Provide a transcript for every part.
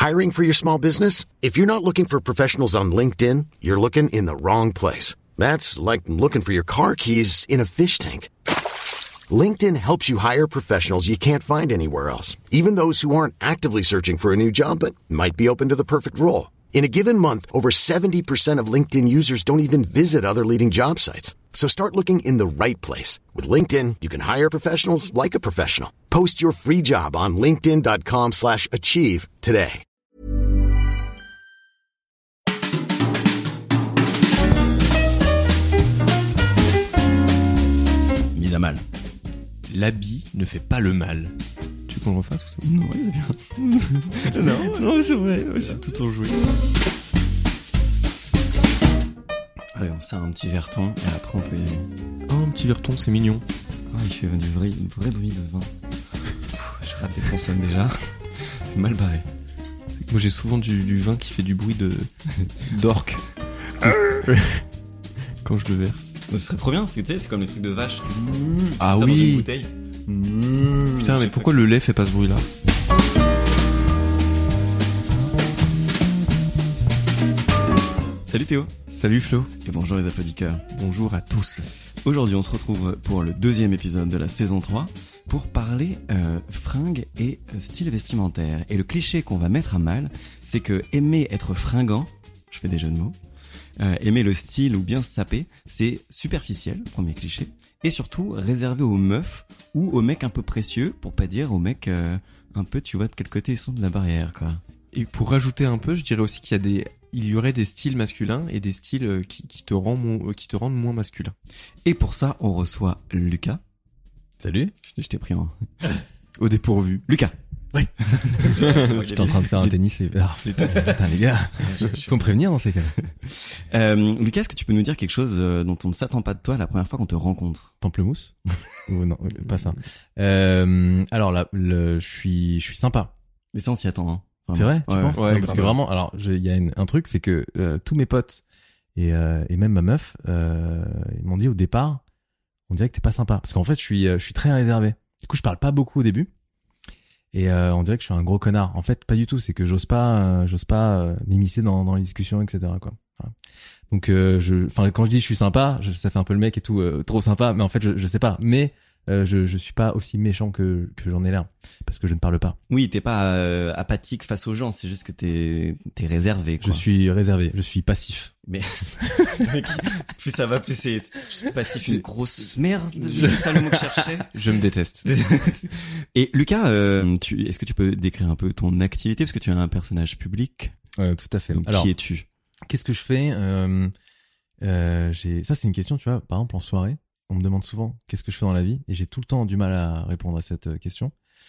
Hiring for your small business? If you're not looking for professionals on LinkedIn, you're looking in the wrong place. That's like looking for your car keys in a fish tank. LinkedIn helps you hire professionals you can't find anywhere else, even those who aren't actively searching for a new job but might be open to the perfect role. In a given month, over 70% of LinkedIn users don't even visit other leading job sites. So start looking in the right place. With LinkedIn, you can hire professionals like a professional. Post your free job on linkedin.com/achieve today. Mise à mal. L'habit ne fait pas le mal. Tu veux qu'on le refasse ou ça ? Non, c'est bien. non, c'est vrai. J'ai tout enjoué. Allez, on sert un petit verton et après on peut y aller. Oh, un petit verton, c'est mignon. Ah, il fait du vrai bruit de vin. Je rate des consonnes déjà. Mal barré. Moi j'ai souvent du vin qui fait du bruit d'orque. Quand je le verse. Ce serait trop bien, parce que tu sais, c'est comme les trucs de vache. Ah ça oui. dans une bouteille. Putain, mais pourquoi le lait fait pas ce bruit-là ? Salut Théo. Salut Flo. Et bonjour les applaudisseurs. Bonjour à tous. Aujourd'hui, on se retrouve pour le 2e épisode de la saison 3 pour parler fringues et style vestimentaire. Et le cliché qu'on va mettre à mal, c'est que aimer être fringant, je fais des jeux de mots, aimer le style ou bien se saper, c'est superficiel, premier cliché, et surtout réservé aux meufs ou aux mecs un peu précieux, pour pas dire aux mecs un peu, tu vois, de quel côté ils sont de la barrière, quoi. Et pour rajouter un peu, je dirais aussi qu'il y aurait des styles masculins et des styles qui te rendent moins masculin. Et pour ça, on reçoit Lucas. Salut. Je t'ai pris Au dépourvu. Lucas. Oui. J'étais en train de faire un tennis et... putain, les gars. Faut me prévenir dans ces cas. Lucas, est-ce que tu peux nous dire quelque chose dont on ne s'attend pas de toi la première fois qu'on te rencontre? Pamplemousse? Ou non, pas ça. Alors là, je suis sympa. Mais ça, on s'y attend, hein. C'est vrai? Tu Ouais, penses? ouais, Parce que vraiment, alors, il y a un truc, c'est que tous mes potes et même ma meuf, ils m'ont dit au départ, on dirait que t'es pas sympa. Parce qu'en fait, je suis très réservé. Du coup, je parle pas beaucoup au début. Et on dirait que je suis un gros connard. En fait, pas du tout. C'est que j'ose pas m'immiscer dans les discussions, etc. Quoi. Voilà. Donc, quand je dis je suis sympa, ça fait un peu le mec et tout, trop sympa. Mais en fait, je sais pas. Mais je suis pas aussi méchant que j'en ai l'air, parce que je ne parle pas. Oui, t'es pas apathique face aux gens. C'est juste que t'es réservé, quoi. Je suis réservé. Je suis passif. Mais plus ça va, plus c'est passif, une grosse merde. C'est ça le mot que je cherchais. Je me déteste. Et Lucas, est-ce que tu peux décrire un peu ton activité, parce que tu es un personnage public? Tout à fait. Donc, alors, qui es-tu? Qu'est-ce que je fais? Ça, c'est une question, tu vois. Par exemple, en soirée, on me demande souvent qu'est-ce que je fais dans la vie, et j'ai tout le temps du mal à répondre à cette question,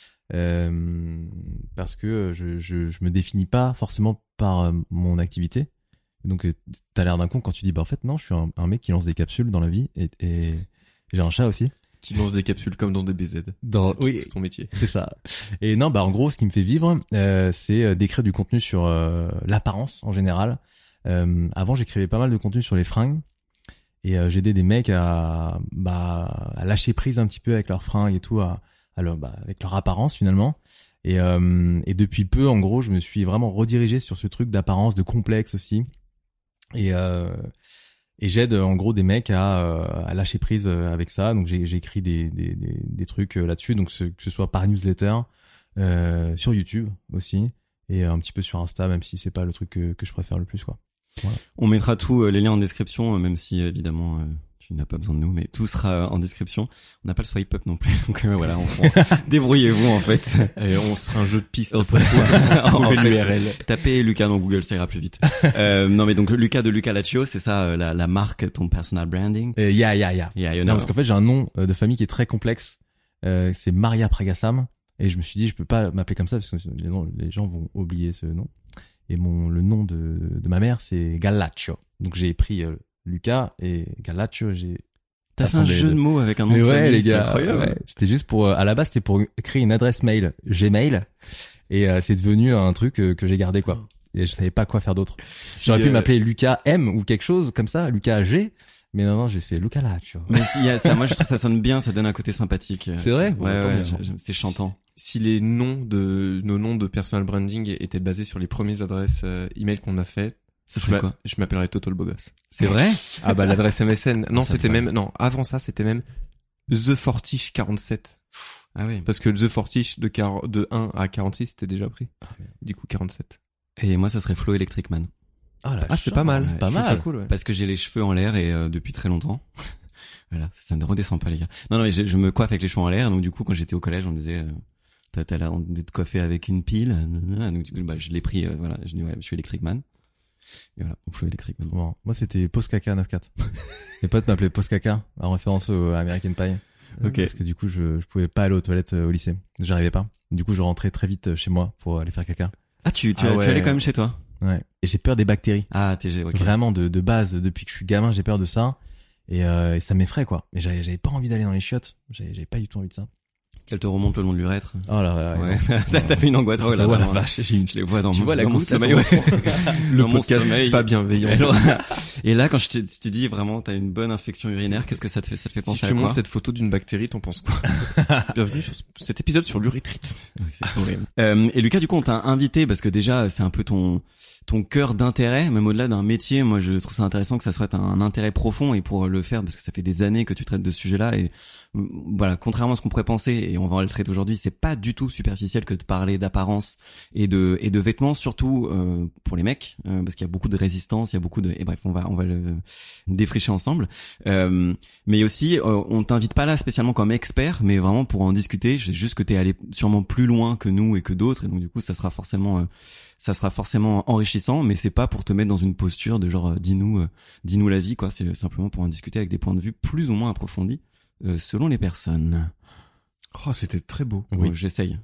parce que je me définis pas forcément par mon activité. Donc t'as l'air d'un con quand tu dis en fait non, je suis un mec qui lance des capsules dans la vie, et j'ai un chat aussi Qui lance des capsules comme dans des BZ. Oui, c'est ton métier. C'est ça. Et non, en gros, ce qui me fait vivre, c'est d'écrire du contenu sur l'apparence en général. Avant, j'écrivais pas mal de contenu sur les fringues, et j'aidais des mecs à lâcher prise un petit peu avec leurs fringues et tout, avec leur apparence finalement. Et depuis peu, en gros, je me suis vraiment redirigé sur ce truc d'apparence, de complexe aussi. Et j'aide en gros des mecs à lâcher prise avec ça. Donc j'ai écrit des trucs là-dessus, donc que ce soit par newsletter, sur YouTube aussi, et un petit peu sur Insta, même si c'est pas le truc que je préfère le plus, quoi. Voilà. On mettra tous les liens en description, même si évidemment tu n'as pas besoin de nous, mais tout sera en description. On n'a pas le swipe up non plus, donc voilà, débrouillez-vous en fait. Et on sera un jeu de pistes. Trouver l'URL. Tapez Lucas dans Google, ça ira plus vite. Non mais donc Lucas de Lucas Laccio, c'est ça la marque, ton personal branding. Yeah, you know. Non, parce qu'en fait j'ai un nom de famille qui est très complexe. C'est Maria Pragasam, et je me suis dit je peux pas m'appeler comme ça parce que les gens vont oublier ce nom. Et le nom de ma mère, c'est Gallaccio. Donc j'ai pris Lucas et Gallaccio, T'as fait un jeu de mots avec un nom de famille, les gars, c'est incroyable. Ouais. C'était juste à la base, c'était pour créer une adresse mail Gmail, et c'est devenu un truc que j'ai gardé, quoi. Et je savais pas quoi faire d'autre. J'aurais pu m'appeler Lucas M ou quelque chose comme ça, Lucas G, Mais non, j'ai fait Luca Laccio. Mais il y a ça, moi je trouve ça sonne bien, ça donne un côté sympathique. C'est vrai? Ouais, Tant ouais, mieux. c'est chantant. Si les nos noms de personal branding étaient basés sur les premières adresses email qu'on a fait, Ça serait quoi? je m'appellerais Toto le beau gosse. C'est vrai? Ah bah l'adresse MSN. Non, Ça, c'était c'est même, non, avant ça, c'était même The Fortiche 47. Ah oui. Parce que The Fortiche de 1 à 46 c'était déjà pris. Du coup, 47. Et moi ça serait Flo Electric Man. Ah, c'est pas mal. ouais, C'est pas Je trouve mal. ça cool, ouais. Parce que j'ai les cheveux en l'air et depuis très longtemps. Voilà, ça ne redescend pas les gars. Non, mais je me coiffe avec les cheveux en l'air, donc du coup quand j'étais au collège on me disait t'as l'air d'être coiffé avec une pile. Donc du coup bah, je l'ai pris, voilà, je dis ouais, je suis Electric Man. Et voilà, on Flo Electric Man. Bon, moi c'était Post Caca 94. Mes potes m'appelaient Post Caca en référence au American Pie. Ok. Parce que du coup je pouvais pas aller aux toilettes au lycée. J'arrivais pas. Du coup je rentrais très vite chez moi pour aller faire caca. Ah tu Ah ouais. allais quand même chez toi? Ouais. Et j'ai peur des bactéries. Ah TG, ok. Vraiment de base, depuis que je suis gamin, j'ai peur de ça. Et ça m'effraie quoi. Et j'avais pas envie d'aller dans les chiottes. J'avais pas du tout envie de ça. Qu'elle te remonte le long de l'urètre. Oh là là. Ouais, t'as fait une angoisse. Oh là la là, vache. je les vois dans Tu mon, vois la dans mon goutte là, sommeil. sur Ouais. mon front. Le Dans mon podcast sommeil. pas bienveillant. Et là, quand je te dis vraiment, t'as une bonne infection urinaire, qu'est-ce que ça te fait? Ça te fait Si penser je à te quoi? montre cette photo d'une bactérie, t'en penses quoi? Bienvenue sur cet épisode sur l'urétrite. Ouais, c'est horrible. Et Lucas, du coup, on t'a invité parce que déjà, c'est un peu ton cœur d'intérêt, même au-delà d'un métier. Moi, je trouve ça intéressant que ça soit un intérêt profond et pour le faire, parce que ça fait des années que tu traites de ce sujet-là et voilà, contrairement à ce qu'on pourrait penser, et on va le traiter aujourd'hui, c'est pas du tout superficiel que de parler d'apparence et de vêtements, surtout pour les mecs, parce qu'il y a beaucoup de résistance, il y a beaucoup de, et bref, on va le défricher ensemble. Mais aussi, on t'invite pas là spécialement comme expert, mais vraiment pour en discuter. Je sais juste que t'es allé sûrement plus loin que nous et que d'autres, et donc du coup, ça sera forcément enrichissant, mais c'est pas pour te mettre dans une posture de genre dis-nous la vie quoi, c'est simplement pour en discuter avec des points de vue plus ou moins approfondis selon les personnes. Oh, c'était très beau. Oui, j'essaye.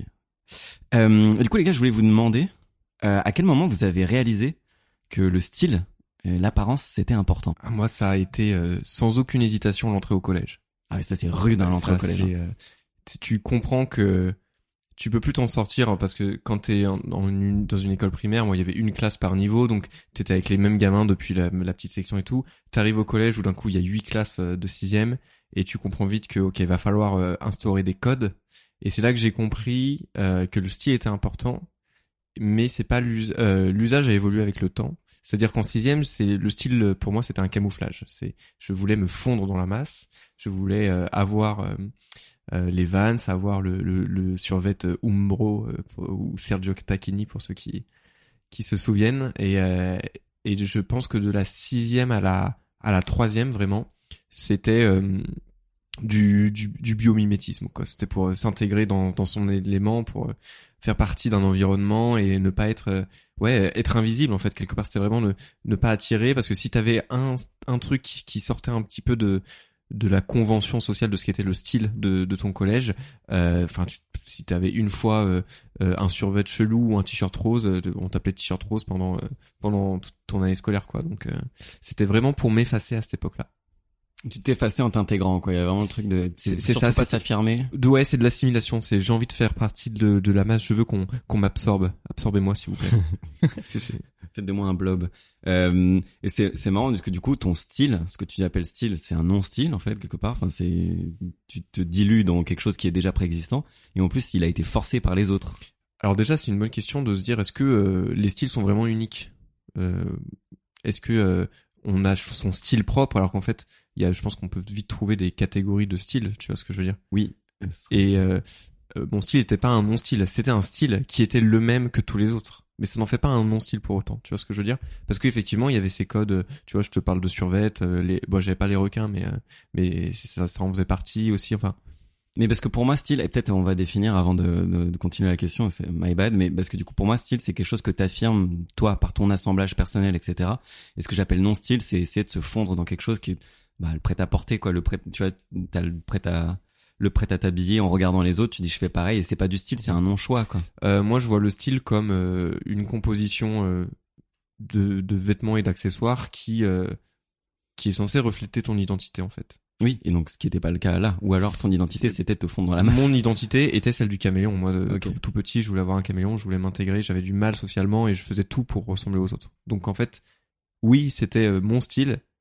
Du coup les gars, je voulais vous demander à quel moment vous avez réalisé que le style, l'apparence c'était important. Ah, moi, ça a été sans aucune hésitation l'entrée au collège. Ah oui, ça c'est rude l'entrée au collège. Tu comprends que tu peux plus t'en sortir parce que quand t'es dans une école primaire, moi il y avait une classe par niveau, donc t'étais avec les mêmes gamins depuis la petite section et tout. T'arrives au collège où d'un coup il y a 8 classes de 6e et tu comprends vite que ok, il va falloir instaurer des codes. Et c'est là que j'ai compris que le style était important, mais c'est pas l'usage a évolué avec le temps. C'est-à-dire qu'en 6e, le style pour moi c'était un camouflage. Je voulais me fondre dans la masse, je voulais avoir les Vans, avoir le survêt Umbro ou Sergio Tacchini pour ceux qui se souviennent, et je pense que de la 6e à la 3e vraiment c'était du biomimétisme quoi. C'était pour s'intégrer dans son élément, pour faire partie d'un environnement et ne pas être être invisible en fait quelque part. C'était vraiment ne pas attirer, parce que si t'avais un truc qui sortait un petit peu de la convention sociale de ce qu'était le style de ton collège, si t'avais une fois un survêt chelou ou un t-shirt rose, on t'appelait t-shirt rose pendant toute ton année scolaire quoi. Donc c'était vraiment pour m'effacer à cette époque-là. Tu t'effaçais en t'intégrant quoi, il y a vraiment le truc de c'est surtout ça, pas s'affirmer. Ouais, c'est de l'assimilation, c'est j'ai envie de faire partie de la masse, je veux qu'on m'absorbe. Absorbez-moi s'il vous plaît. Parce que Faites de moi un blob. Et c'est marrant parce que du coup ton style, ce que tu appelles style, c'est un non-style en fait quelque part. Enfin tu te dilues dans quelque chose qui est déjà préexistant, et en plus il a été forcé par les autres. Alors déjà c'est une bonne question de se dire est-ce que les styles sont vraiment uniques. Est-ce que on a son style propre alors qu'en fait je pense qu'on peut vite trouver des catégories de style, tu vois ce que je veux dire. Oui. Et mon style n'était pas un non-style, c'était un style qui était le même que tous les autres. Mais ça n'en fait pas un non-style pour autant, tu vois ce que je veux dire? Parce qu'effectivement, il y avait ces codes, tu vois, je te parle de survêt, j'avais pas les requins, mais ça en faisait partie aussi, enfin. Mais parce que pour moi, style, et peut-être on va définir avant de continuer la question, c'est my bad, mais parce que du coup, pour moi, style, c'est quelque chose que t'affirmes, toi, par ton assemblage personnel, etc. Et ce que j'appelle non-style, c'est essayer de se fondre dans quelque chose qui est, le prêt-à-porter, quoi, tu vois, t'as le prêt à t'habiller en regardant les autres, tu dis je fais pareil, et c'est pas du style, c'est un non-choix quoi. Moi je vois le style comme une composition de vêtements et d'accessoires qui est censé refléter ton identité en fait. Oui, et donc ce qui était pas le cas là, ou alors ton identité c'était de te fondre dans la masse. Mon identité était celle du caméléon. Moi tout petit, je voulais avoir un caméléon, je voulais m'intégrer, j'avais du mal socialement et je faisais tout pour ressembler aux autres. Donc en fait, oui, c'était mon style,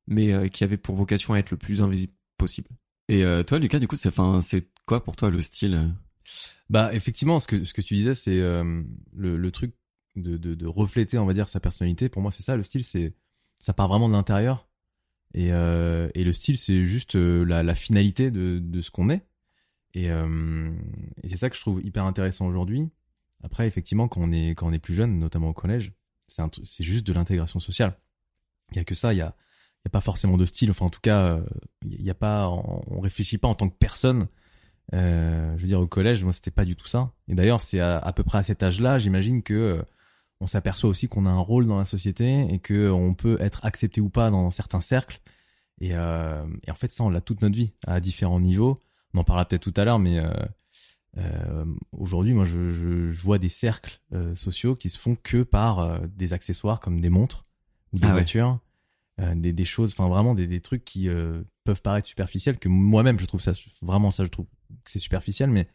mais qui avait pour vocation à être le plus invisible possible. Et toi, Lucas, du coup, c'est quoi pour toi le style? Bah effectivement, ce que tu disais, c'est le truc de refléter, on va dire, sa personnalité. Pour moi, c'est ça le style, ça part vraiment de l'intérieur. Et le style, c'est juste la finalité de ce qu'on est. Et c'est ça que je trouve hyper intéressant aujourd'hui. Après, effectivement, quand on est plus jeune, notamment au collège, c'est juste de l'intégration sociale. Il y a que ça. Il y a pas forcément de style. Enfin, en tout cas, il y a pas. On réfléchit pas en tant que personne. Je veux dire, au collège, moi, c'était pas du tout ça. Et d'ailleurs, c'est à peu près à cet âge-là, j'imagine que on s'aperçoit aussi qu'on a un rôle dans la société et que on peut être accepté ou pas dans certains cercles. Et en fait, ça, on l'a toute notre vie, à différents niveaux. On en parlera peut-être tout à l'heure, mais aujourd'hui, moi, je vois des cercles sociaux qui se font que par des accessoires comme des montres ou des voitures, des choses, enfin vraiment des trucs qui peuvent paraître superficiels, que moi-même, je trouve ça, vraiment ça, je trouve que c'est superficiel, mais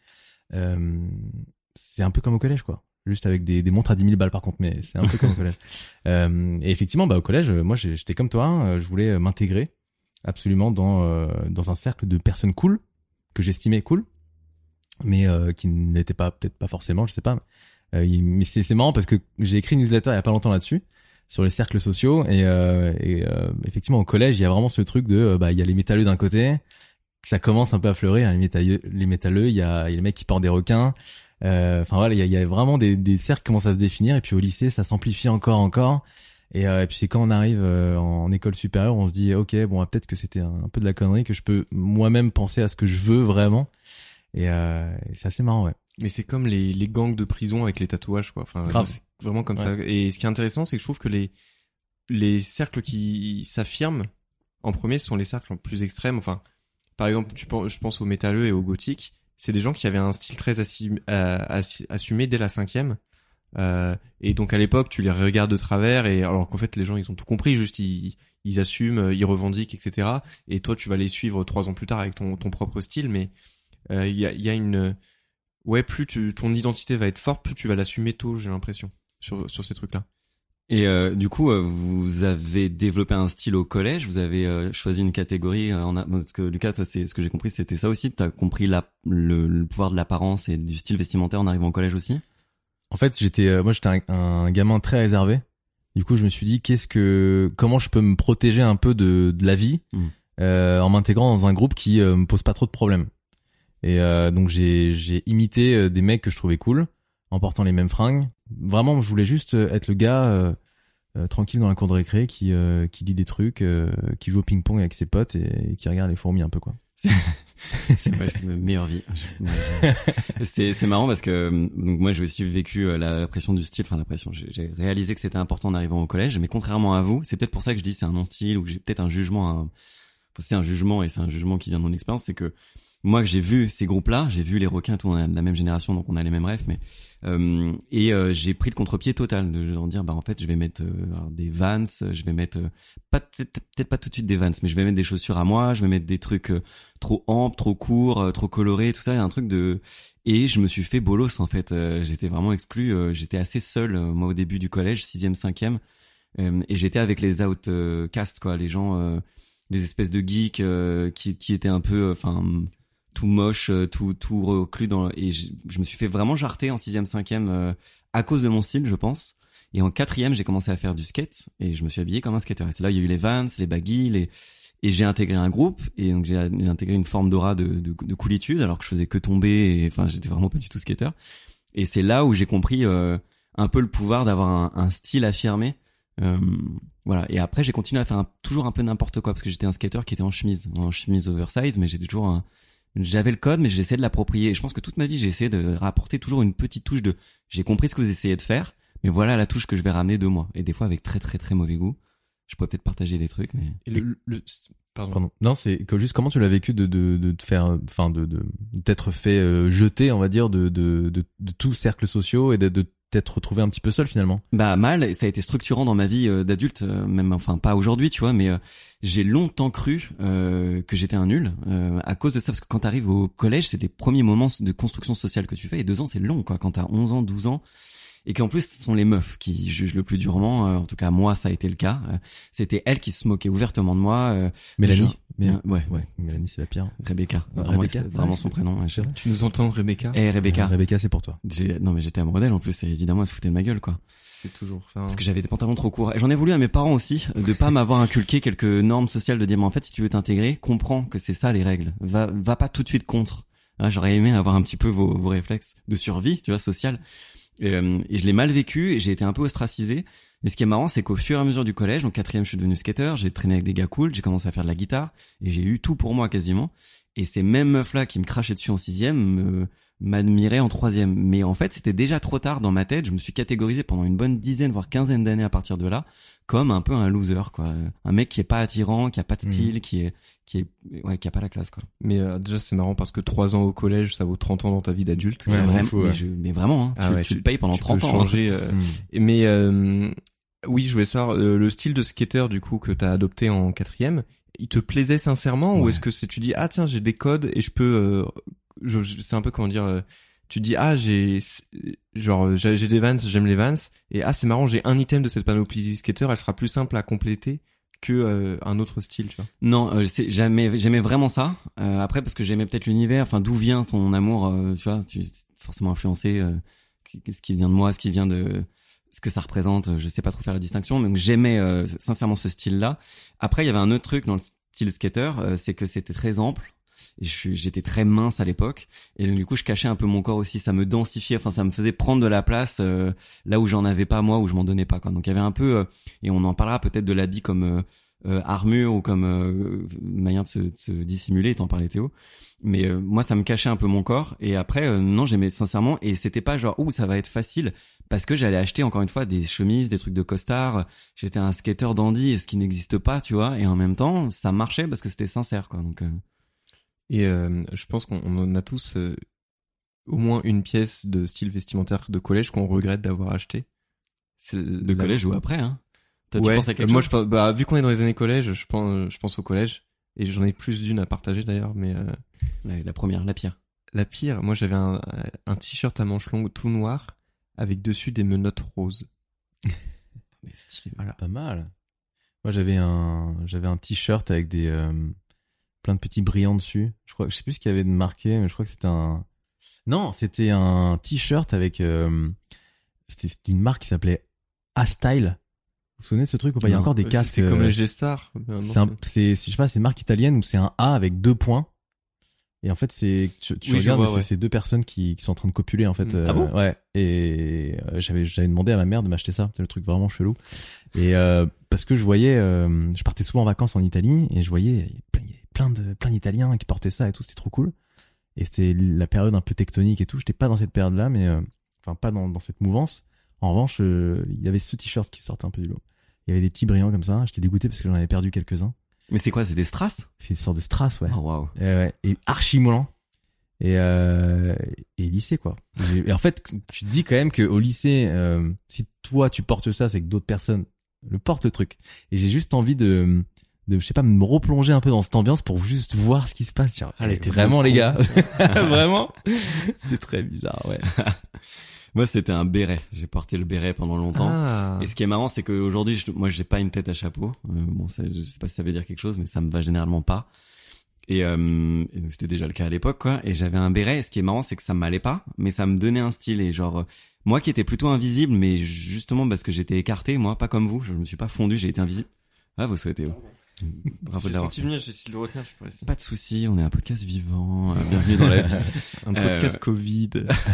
c'est un peu comme au collège, quoi. Juste avec des montres à 10 000 balles par contre, mais c'est un peu comme au collège. Et effectivement, bah au collège, moi j'étais comme toi, je voulais m'intégrer absolument dans un cercle de personnes cool que j'estimais cool, mais qui n'étaient peut-être pas forcément, je sais pas. Mais c'est marrant parce que j'ai écrit une newsletter il y a pas longtemps là-dessus sur les cercles sociaux et effectivement au collège il y a vraiment ce truc de il y a les métalleux d'un côté, ça commence un peu à fleurir, les métalleux, il y a les mecs qui portent des requins. Enfin voilà, il y a vraiment des cercles qui commencent à se définir, et puis au lycée ça s'amplifie encore et puis c'est quand on arrive en école supérieure, on se dit ok, bon peut-être que c'était un peu de la connerie, que je peux moi-même penser à ce que je veux vraiment, et c'est assez marrant, ouais. Mais c'est comme les gangs de prison avec les tatouages, quoi. Enfin, grave. C'est vraiment comme ça. Et ce qui est intéressant, c'est que je trouve que les cercles qui s'affirment en premier sont les cercles en plus extrêmes. Enfin, par exemple, je pense aux métalleux et aux gothiques. C'est des gens qui avaient un style très assumé dès la 5e. Et donc à l'époque, tu les regardes de travers, et alors qu'en fait les gens ils ont tout compris, juste ils assument, ils revendiquent, etc. Et toi tu vas les suivre 3 ans plus tard avec ton propre style, mais il y a une plus ton identité va être forte, plus tu vas l'assumer tôt, j'ai l'impression, sur ces trucs-là. Et du coup, vous avez développé un style au collège, vous avez choisi une catégorie. Parce que Lucas, toi, c'est ce que j'ai compris, c'était ça aussi. T'as compris le pouvoir de l'apparence et du style vestimentaire en arrivant au collège aussi. En fait, j'étais un gamin très réservé. Du coup, je me suis dit comment je peux me protéger un peu de la vie en m'intégrant dans un groupe qui me pose pas trop de problèmes. Et donc j'ai imité des mecs que je trouvais cool en portant les mêmes fringues. Vraiment, je voulais juste être le gars tranquille dans la cour de récré qui lit des trucs, qui joue au ping-pong avec ses potes et qui regarde les fourmis un peu, quoi. C'est ma meilleure vie. C'est marrant parce que donc moi j'ai aussi vécu la pression du style, enfin la pression. J'ai réalisé que c'était important en arrivant au collège, mais contrairement à vous, c'est peut-être pour ça que je dis c'est un non-style, ou que j'ai peut-être un jugement. C'est un jugement, et c'est un jugement qui vient de mon expérience, c'est que moi j'ai vu ces groupes-là, j'ai vu les requins, tout, on est de la même génération, donc on a les mêmes rêves, mais j'ai pris le contre-pied total de dire en fait je vais mettre des Vans, je vais mettre peut-être pas tout de suite des Vans, mais je vais mettre des chaussures à moi, je vais mettre des trucs trop amples, trop courts, trop colorés, tout ça, il y a un truc et je me suis fait bolos en fait, j'étais vraiment exclu, j'étais assez seul moi au début du collège, 6e, 5e, et j'étais avec les outcasts, quoi, les gens, les espèces de geeks qui étaient un peu tout moche, tout reclus et je me suis fait vraiment jarter en 6e, 5e à cause de mon style, je pense. Et en 4e, j'ai commencé à faire du skate et je me suis habillé comme un skater. Et c'est là, il y a eu les Vans, les baggy, et j'ai intégré un groupe, et donc j'ai intégré une forme d'aura de coolitude, alors que je faisais que tomber, et enfin j'étais vraiment pas du tout skater. Et c'est là où j'ai compris un peu le pouvoir d'avoir un style affirmé. Voilà. Et après, j'ai continué à faire toujours un peu n'importe quoi, parce que j'étais un skater qui était en chemise oversize, mais j'étais toujours j'avais le code, mais j'essayais de l'approprier. Et je pense que toute ma vie, j'ai essayé de rapporter toujours une petite touche j'ai compris ce que vous essayez de faire, mais voilà la touche que je vais ramener de moi. Et des fois avec très très très mauvais goût. Je pourrais peut-être partager des trucs, mais. Et pardon. Non, c'est que juste comment tu l'as vécu de te faire, enfin de t'être fait jeter, on va dire, de tous cercles sociaux, et de t'être retrouvé un petit peu seul finalement. Mal, ça a été structurant dans ma vie d'adulte, même, enfin pas aujourd'hui, tu vois, mais j'ai longtemps cru que j'étais un nul à cause de ça, parce que quand t'arrives au collège, c'est les premiers moments de construction sociale que tu fais, et 2 ans c'est long, quoi, quand t'as 11 ans, 12 ans, et qu'en plus ce sont les meufs qui jugent le plus durement. En tout cas, moi, ça a été le cas. C'était elles qui se moquaient ouvertement de moi. Mélanie. Ouais. Mélanie, c'est la pire. Rebecca. Rebecca, C'est vraiment son prénom. Ouais, Tu nous entends, Rebecca? Rebecca. Rebecca, c'est pour toi. Non, mais j'étais amoureux d'elle en plus, et évidemment, elle se foutait de ma gueule, quoi. C'est toujours ça. Parce que j'avais des pantalons trop courts. Et j'en ai voulu à mes parents aussi de pas m'avoir inculqué quelques normes sociales, de dire, mais en fait, si tu veux t'intégrer, comprends que c'est ça les règles. Va pas tout de suite contre. J'aurais aimé avoir un petit peu vos réflexes de survie, tu vois, social. Et je l'ai mal vécu, et j'ai été un peu ostracisé. Et ce qui est marrant, c'est qu'au fur et à mesure du collège, donc 4e, je suis devenu skater, j'ai traîné avec des gars cool, j'ai commencé à faire de la guitare, et j'ai eu tout pour moi quasiment. Et ces mêmes meufs-là qui me crachaient dessus en 6e m'admiraient en 3e. Mais en fait, c'était déjà trop tard dans ma tête. Je me suis catégorisé pendant une bonne dizaine, voire quinzaine d'années à partir de là, comme un peu un loser, quoi. Un mec qui est pas attirant, qui a pas de style, qui a pas la classe, quoi. Mais déjà, c'est marrant parce que 3 ans au collège, ça vaut 30 ans dans ta vie d'adulte. Ouais, vraiment, fou, ouais. mais vraiment, hein, tu le payes pendant 30 peux ans. Changer, Mais oui, je voulais savoir le style de skater du coup que t'as adopté en 4e. Il te plaisait sincèrement ou est-ce que tu dis ah tiens j'ai des codes et je peux c'est un peu comment dire tu dis ah j'ai des Vans, j'aime les Vans et ah c'est marrant j'ai un item de cette panoplie skater, elle sera plus simple à compléter que un autre style, tu vois. Non, j'aimais vraiment ça. Après parce que j'aimais peut-être l'univers, enfin d'où vient ton amour, tu vois, tu forcément influencé ce qui vient de moi, ce qui vient de ce que ça représente, je sais pas trop faire la distinction, donc j'aimais sincèrement ce style-là. Après, il y avait un autre truc dans le style skater, c'est que c'était très ample. Et j'étais très mince à l'époque, et donc, du coup, je cachais un peu mon corps aussi. Ça me densifiait, enfin, ça me faisait prendre de la place là où j'en avais pas moi, où je m'en donnais pas, quoi. Donc il y avait un peu, et on en parlera peut-être de l'habit comme armure ou comme manière de se dissimuler, t'en parlais Théo. Mais moi ça me cachait un peu mon corps et après non j'aimais sincèrement et c'était pas genre ça va être facile parce que j'allais acheter encore une fois des chemises, des trucs de costard, j'étais un skater dandy ce qui n'existe pas tu vois et en même temps ça marchait parce que c'était sincère quoi donc Et je pense qu'on en a tous au moins une pièce de style vestimentaire de collège qu'on regrette d'avoir acheté. C'est de collège ou après hein. Toi, ouais, tu penses à quelque moi chose je pense vu qu'on est dans les années collège, je pense au collège et j'en ai plus d'une à partager d'ailleurs mais la première, la pire. La pire, moi j'avais un t-shirt à manches longues tout noir avec dessus des menottes roses. Mais stylé. Voilà. Pas mal. Moi j'avais un t-shirt avec des plein de petits brillants dessus. Je sais plus ce qu'il y avait de marqué, mais je crois que c'était un t-shirt avec c'était une marque qui s'appelait A-Style. Vous vous souvenez de ce truc ou pas? Il y a encore des casques. C'est comme les G-Star. Je sais pas, c'est une marque italienne où c'est un A avec 2 points. Et en fait, tu regardes, c'est 2 personnes qui sont en train de copuler, en fait. Ah bon? Ouais. Et j'avais demandé à ma mère de m'acheter ça. C'est le truc vraiment chelou. Et parce que je voyais, je partais souvent en vacances en Italie et je voyais il y avait plein d'Italiens qui portaient ça et tout. C'était trop cool. Et c'était la période un peu tectonique et tout. J'étais pas dans cette période-là, mais enfin pas dans cette mouvance. En revanche, il y avait ce t-shirt qui sortait un peu du lot. Il y avait des petits brillants comme ça. J'étais dégoûté parce que j'en avais perdu quelques-uns. Mais c'est quoi, c'est des strass? C'est une sorte de strass, ouais. Oh waouh. Et archi moulant. Et lycée, quoi. Et en fait, tu te dis quand même qu'au lycée, si toi tu portes ça, c'est que d'autres personnes le portent le truc. Et j'ai juste envie de je sais pas, me replonger un peu dans cette ambiance pour juste voir ce qui se passe. Tiens, vraiment les gars. Vraiment. C'était très bizarre, ouais. Moi, c'était un béret. J'ai porté le béret pendant longtemps. Ah. Et ce qui est marrant, c'est qu'aujourd'hui, moi, j'ai pas une tête à chapeau. Bon, ça, je sais pas si ça veut dire quelque chose, mais ça me va généralement pas. Et donc c'était déjà le cas à l'époque, quoi. Et j'avais un béret. Et ce qui est marrant, c'est que ça m'allait pas, mais ça me donnait un style. Et genre, moi qui étais plutôt invisible, mais justement parce que j'étais écarté, moi, pas comme vous. Je me suis pas fondu, j'ai été invisible. Ah, vous souhaitez. Bravo de l'avoir. J'essaie de le retenir, je pourrais essayer. Pas de souci, on est un podcast vivant. Bienvenue dans la vie. Un podcast Covid.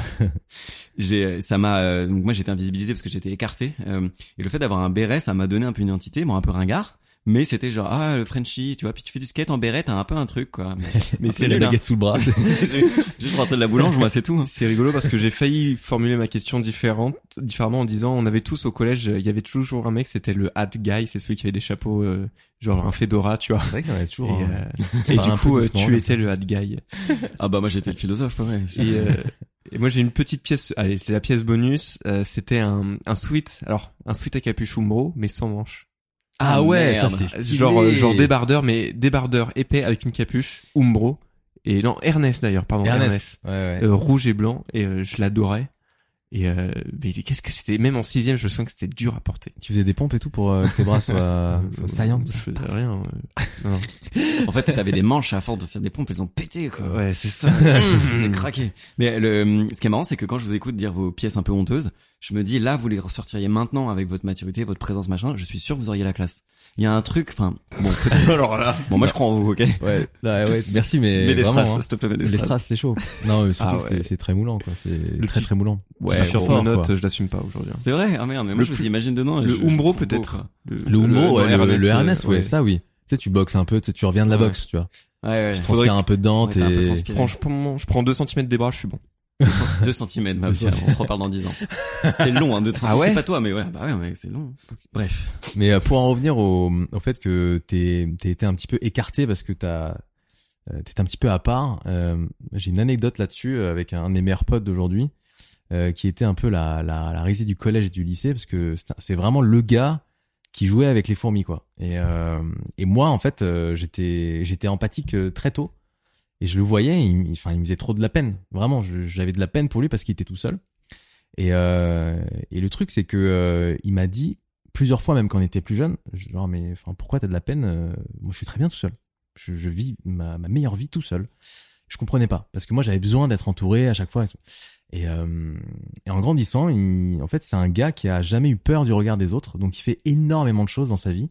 Donc moi j'étais invisibilisé parce que j'étais écarté. Et le fait d'avoir un béret, ça m'a donné un peu une identité, bon un peu ringard. Mais c'était genre le Frenchie, tu vois, puis tu fais du skate en béret, t'as un peu un truc quoi. Mais c'est la baguette sous le bras. Juste rentrer de la boulange, moi c'est tout. Hein. C'est rigolo parce que j'ai failli formuler ma question différemment en disant on avait tous au collège, il y avait toujours un mec, c'était le hat guy, c'est celui qui avait des chapeaux genre un fedora, tu vois. C'est vrai qu'il y en avait toujours. Et du coup tu étais le hat guy. Ah bah moi j'étais le philosophe, ouais. Et moi j'ai une petite pièce, allez c'est la pièce bonus, c'était un sweat, alors un sweat à capuche Umbro mais sans manches. Ah ouais, merde. ça c'est stylé. Genre débardeur, mais débardeur épais avec une capuche, Umbro. Et non, Ernest d'ailleurs, pardon, Ernest. Ouais. Rouge et blanc, et je l'adorais. Et mais qu'est-ce que c'était, même en 6ème, je me souviens que c'était dur à porter. Tu faisais des pompes et tout pour que tes bras soient saillants. Je faisais rien. Non. En fait, t'avais des manches à force de faire des pompes, elles ont pété, quoi. Ouais, c'est ça. J'ai craqué. Mais ce qui est marrant, c'est que quand je vous écoute dire vos pièces un peu honteuses, je me dis, là, vous les ressortiriez maintenant avec votre maturité, votre présence, machin, je suis sûr que vous auriez la classe. Il y a un truc, enfin, bon, Alors là. bon, moi, je crois en vous, ok? Ouais, là, ouais, merci, mais des vraiment, strass, hein. s'il te plaît, mais des Les strass. strass, c'est chaud. Non, mais surtout, Ah ouais. c'est très moulant, quoi. C'est Le très, petit- très moulant. Ouais, sur sur fort, note, quoi. je l'assume pas aujourd'hui. C'est vrai? Ah merde, mais moi, Le je vous plus- imagine dedans. et Le je Umbro, trouve beau, peut-être. quoi. Le Umbro, ouais, le RNS, ouais, ça, oui. Tu sais, tu boxes un peu, tu sais, tu reviens de la Ouais. boxe, tu vois. Ouais, Tu ouais. transpires un peu dedans, Ouais, t'as un peu t'es... transpiré. Franchement, je prends 2 cm des bras, je suis bon. 2 cm, on se reparle dans 10 ans. C'est long, hein, 2 cm. Ah ouais? C'est pas toi, mais ouais, bah ouais, c'est long. Bref. Mais pour en revenir au fait que t'es été un petit peu écarté parce que t'étais un petit peu à part, j'ai une anecdote là-dessus avec un de mes meilleurs potes d'aujourd'hui, qui était un peu la risée du collège et du lycée, parce que c'est vraiment le gars qui jouait avec les fourmis, quoi. Et moi, en fait, j'étais empathique très tôt. Et je le voyais, il me faisait trop de la peine. Vraiment, j'avais de la peine pour lui parce qu'il était tout seul. Et le truc, c'est que il m'a dit plusieurs fois, même quand on était plus jeune, genre, mais enfin, pourquoi t'as de la peine? Moi, je suis très bien tout seul. Je vis ma meilleure vie tout seul. Je comprenais pas, parce que moi, j'avais besoin d'être entouré à chaque fois. Et en grandissant, en fait, c'est un gars qui a jamais eu peur du regard des autres, donc il fait énormément de choses dans sa vie.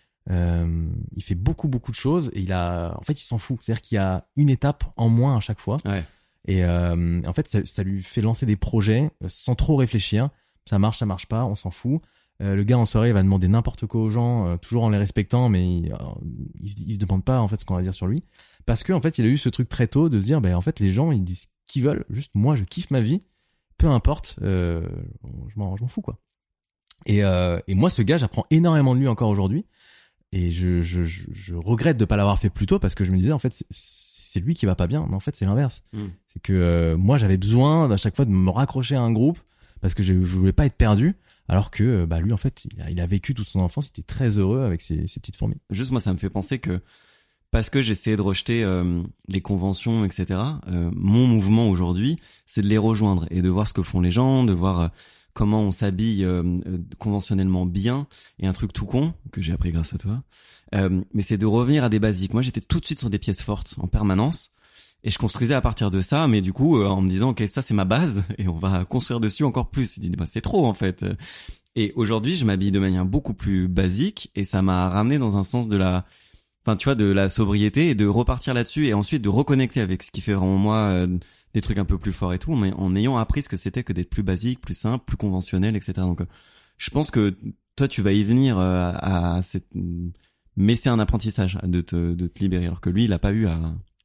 Il fait beaucoup de choses et en fait, il s'en fout. C'est-à-dire qu'il y a une étape en moins à chaque fois. Ouais. Et en fait, ça lui fait lancer des projets sans trop réfléchir. Ça marche pas, on s'en fout. Le gars en soirée il va demander n'importe quoi aux gens, toujours en les respectant, mais il se demande pas en fait ce qu'on va dire sur lui, parce que en fait, il a eu ce truc très tôt de se dire, ben en fait, les gens ils disent ce qu'ils veulent, juste moi je kiffe ma vie, peu importe, je m'en fous, quoi. Et moi, ce gars, j'apprends énormément de lui encore aujourd'hui. Et je regrette de pas l'avoir fait plus tôt, parce que je me disais, en fait, c'est lui qui va pas bien. Mais en fait, c'est l'inverse. C'est que moi, j'avais besoin à chaque fois de me raccrocher à un groupe parce que je voulais pas être perdu. Alors que lui, en fait, il a vécu toute son enfance, il était très heureux avec ses petites fourmis. Juste, moi, ça me fait penser que parce que j'essayais de rejeter les conventions, etc., mon mouvement aujourd'hui, c'est de les rejoindre et de voir ce que font les gens, de voir comment on s'habille conventionnellement bien, et un truc tout con que j'ai appris grâce à toi, mais c'est de revenir à des basiques. Moi, j'étais tout de suite sur des pièces fortes en permanence, et je construisais à partir de ça, mais du coup en me disant ok, ça c'est ma base et on va construire dessus encore plus. Il dit bah, c'est trop en fait. Et aujourd'hui, je m'habille de manière beaucoup plus basique, et ça m'a ramené dans un sens de la, enfin tu vois, de la sobriété, et de repartir là-dessus, et ensuite de reconnecter avec ce qui fait vraiment moi des trucs un peu plus forts et tout, mais en ayant appris ce que c'était que d'être plus basique, plus simple, plus conventionnel, etc. Donc je pense que toi tu vas y venir à cette, mais c'est un apprentissage de te libérer, alors que lui il a pas eu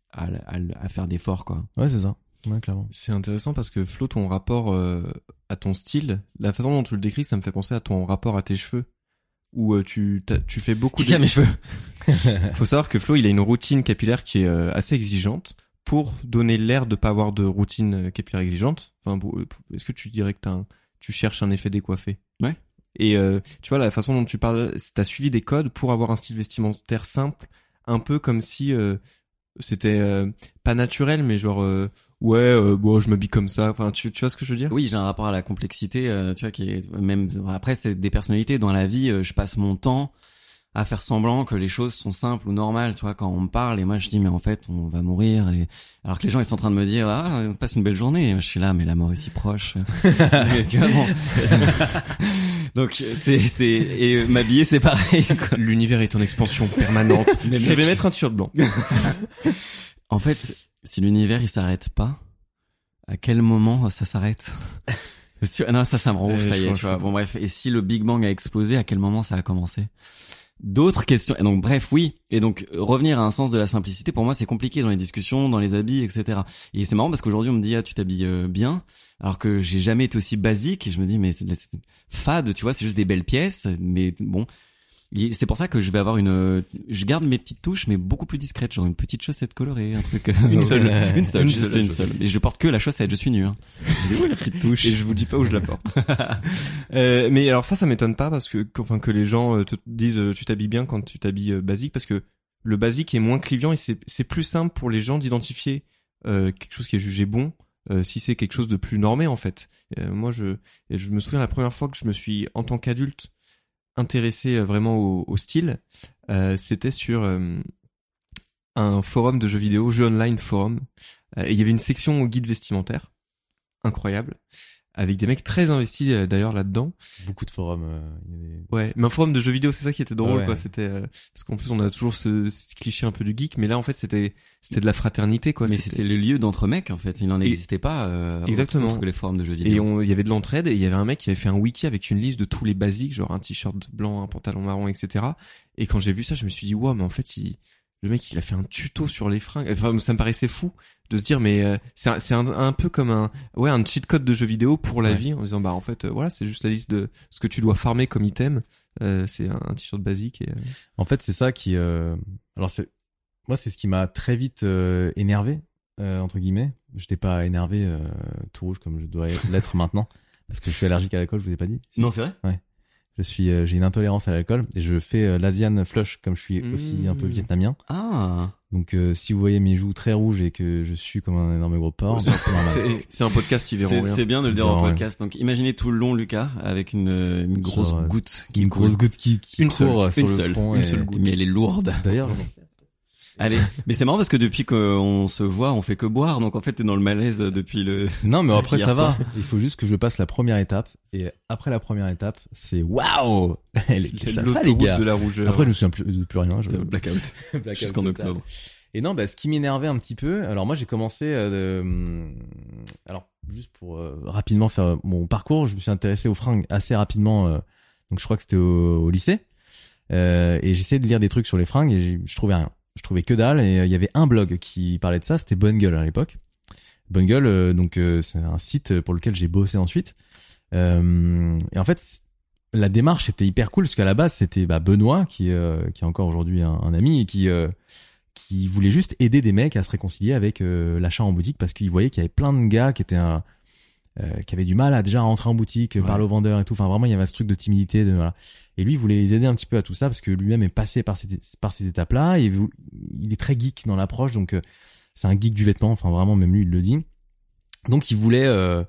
à faire d'efforts, quoi. Ouais, c'est ça. Ouais, clairement. C'est intéressant parce que Flo, ton rapport à ton style, la façon dont tu le décris, ça me fait penser à ton rapport à tes cheveux, où tu fais beaucoup Qu'est-ce qu'il y a, mes cheveux? Faut savoir que Flo, il a une routine capillaire qui est assez exigeante pour donner l'air de pas avoir de routine capillaire exigeante. Enfin, est-ce que tu dirais que tu cherches un effet décoiffé? Ouais. Et tu vois, la façon dont tu parles, t'as suivi des codes pour avoir un style vestimentaire simple, un peu comme si c'était pas naturel, mais genre bon, je m'habille comme ça. Enfin, tu vois ce que je veux dire? Oui, j'ai un rapport à la complexité, tu vois, qui est même, après c'est des personnalités dans la vie. Je passe mon temps à faire semblant que les choses sont simples ou normales, tu vois, quand on me parle, et moi je dis mais en fait on va mourir, et alors que les gens ils sont en train de me dire on passe une belle journée, et je suis là mais la mort est si proche. Mais, tu vois, bon. Donc et m'habiller c'est pareil, quoi. L'univers est en expansion permanente. Mais Je mec, vais mettre un t-shirt blanc. En fait, si l'univers il s'arrête pas, à quel moment ça s'arrête? Non, ça me rend ouf, ça y est, tu vois. Bon bref, et si le Big Bang a explosé, à quel moment ça a commencé? D'autres questions. Et donc bref, oui. Et donc revenir à un sens de la simplicité, pour moi c'est compliqué dans les discussions, dans les habits, etc. Et c'est marrant parce qu'aujourd'hui on me dit tu t'habilles bien, alors que j'ai jamais été aussi basique, et je me dis mais c'est fade, tu vois, c'est juste des belles pièces, mais bon. Et c'est pour ça que je vais avoir je garde mes petites touches, mais beaucoup plus discrètes, genre une petite chaussette colorée, un truc, une seule, juste une seule. Et je porte que la chaussette, je suis nu, hein. C'est où la petite touche? Et je vous dis pas où je la porte. Mais alors ça m'étonne pas, parce que, enfin, que les gens te disent tu t'habilles bien quand tu t'habilles basique, parce que le basique est moins clivant, et c'est plus simple pour les gens d'identifier quelque chose qui est jugé bon si c'est quelque chose de plus normé en fait. Moi je me souviens la première fois que je me suis en tant qu'adulte intéressé vraiment au style, c'était sur un forum de jeux vidéo, jeux online forum, et il y avait une section guide vestimentaire incroyable avec des mecs très investis d'ailleurs là-dedans. Beaucoup de forums. Ouais, mais un forum de jeux vidéo, c'est ça qui était drôle, ouais. quoi. C'était parce qu'en plus on a toujours ce cliché un peu du geek, mais là en fait c'était de la fraternité, quoi. Mais c'était le lieu d'entre mecs en fait. Il n'en existait pas. Exactement. Autre que les forums de jeux vidéo. Et il y avait de l'entraide et il y avait un mec qui avait fait un wiki avec une liste de tous les basiques, genre un t-shirt blanc, un pantalon marron, etc. Et quand j'ai vu ça, je me suis dit waouh, mais en fait le mec il a fait un tuto sur les fringues. Enfin ça me paraissait fou de se dire mais c'est un peu comme un cheat code de jeu vidéo pour la vie, en disant bah en fait voilà, c'est juste la liste de ce que tu dois farmer comme item. C'est un t-shirt basique. En fait, c'est ça qui. Alors c'est ce qui m'a très vite énervé entre guillemets. J'étais pas énervé tout rouge comme je dois l'être maintenant parce que je suis allergique à l'alcool. Je vous ai pas dit. Non, c'est vrai. Ouais. J'ai une intolérance à l'alcool et je fais l'Asian flush comme je suis aussi un peu vietnamien. Ah. Donc si vous voyez mes joues très rouges et que je suis comme un énorme gros porc, c'est un podcast, ils verront rien. C'est bien de le dire en podcast. Donc imaginez tout le long Lucas avec une grosse goutte qui court sur le front. Une seule goutte. Mais elle est lourde. D'ailleurs, allez, mais c'est marrant parce que depuis qu'on se voit, on fait que boire, donc en fait t'es dans le malaise depuis le. Non, mais après ça soir. va. Il faut juste que je passe la première étape, et après la première étape, c'est waouh. Ça va les gars. De la rougeur. Après je me souviens plus rien. Blackout. Jusqu'en octobre. Et non, ce qui m'énervait un petit peu. Alors moi j'ai commencé. Alors juste pour rapidement faire mon parcours, je me suis intéressé aux fringues assez rapidement. Donc je crois que c'était au lycée, et j'essayais de lire des trucs sur les fringues et je trouvais rien. Je trouvais que dalle, et il y avait un blog qui parlait de ça, c'était Bungle à l'époque. Bungle, c'est un site pour lequel j'ai bossé ensuite. Et en fait, la démarche était hyper cool parce qu'à la base c'était Benoît qui est encore aujourd'hui un ami et qui voulait juste aider des mecs à se réconcilier avec l'achat en boutique parce qu'il voyait qu'il y avait plein de gars qui avaient du mal à déjà rentrer en boutique, parler aux vendeurs et tout. Enfin, vraiment, il y avait ce truc de timidité. Voilà. Et lui, il voulait les aider un petit peu à tout ça parce que lui-même est passé par ces étapes-là. Et il est très geek dans l'approche, donc c'est un geek du vêtement. Enfin, vraiment, même lui, il le dit. Donc, il voulait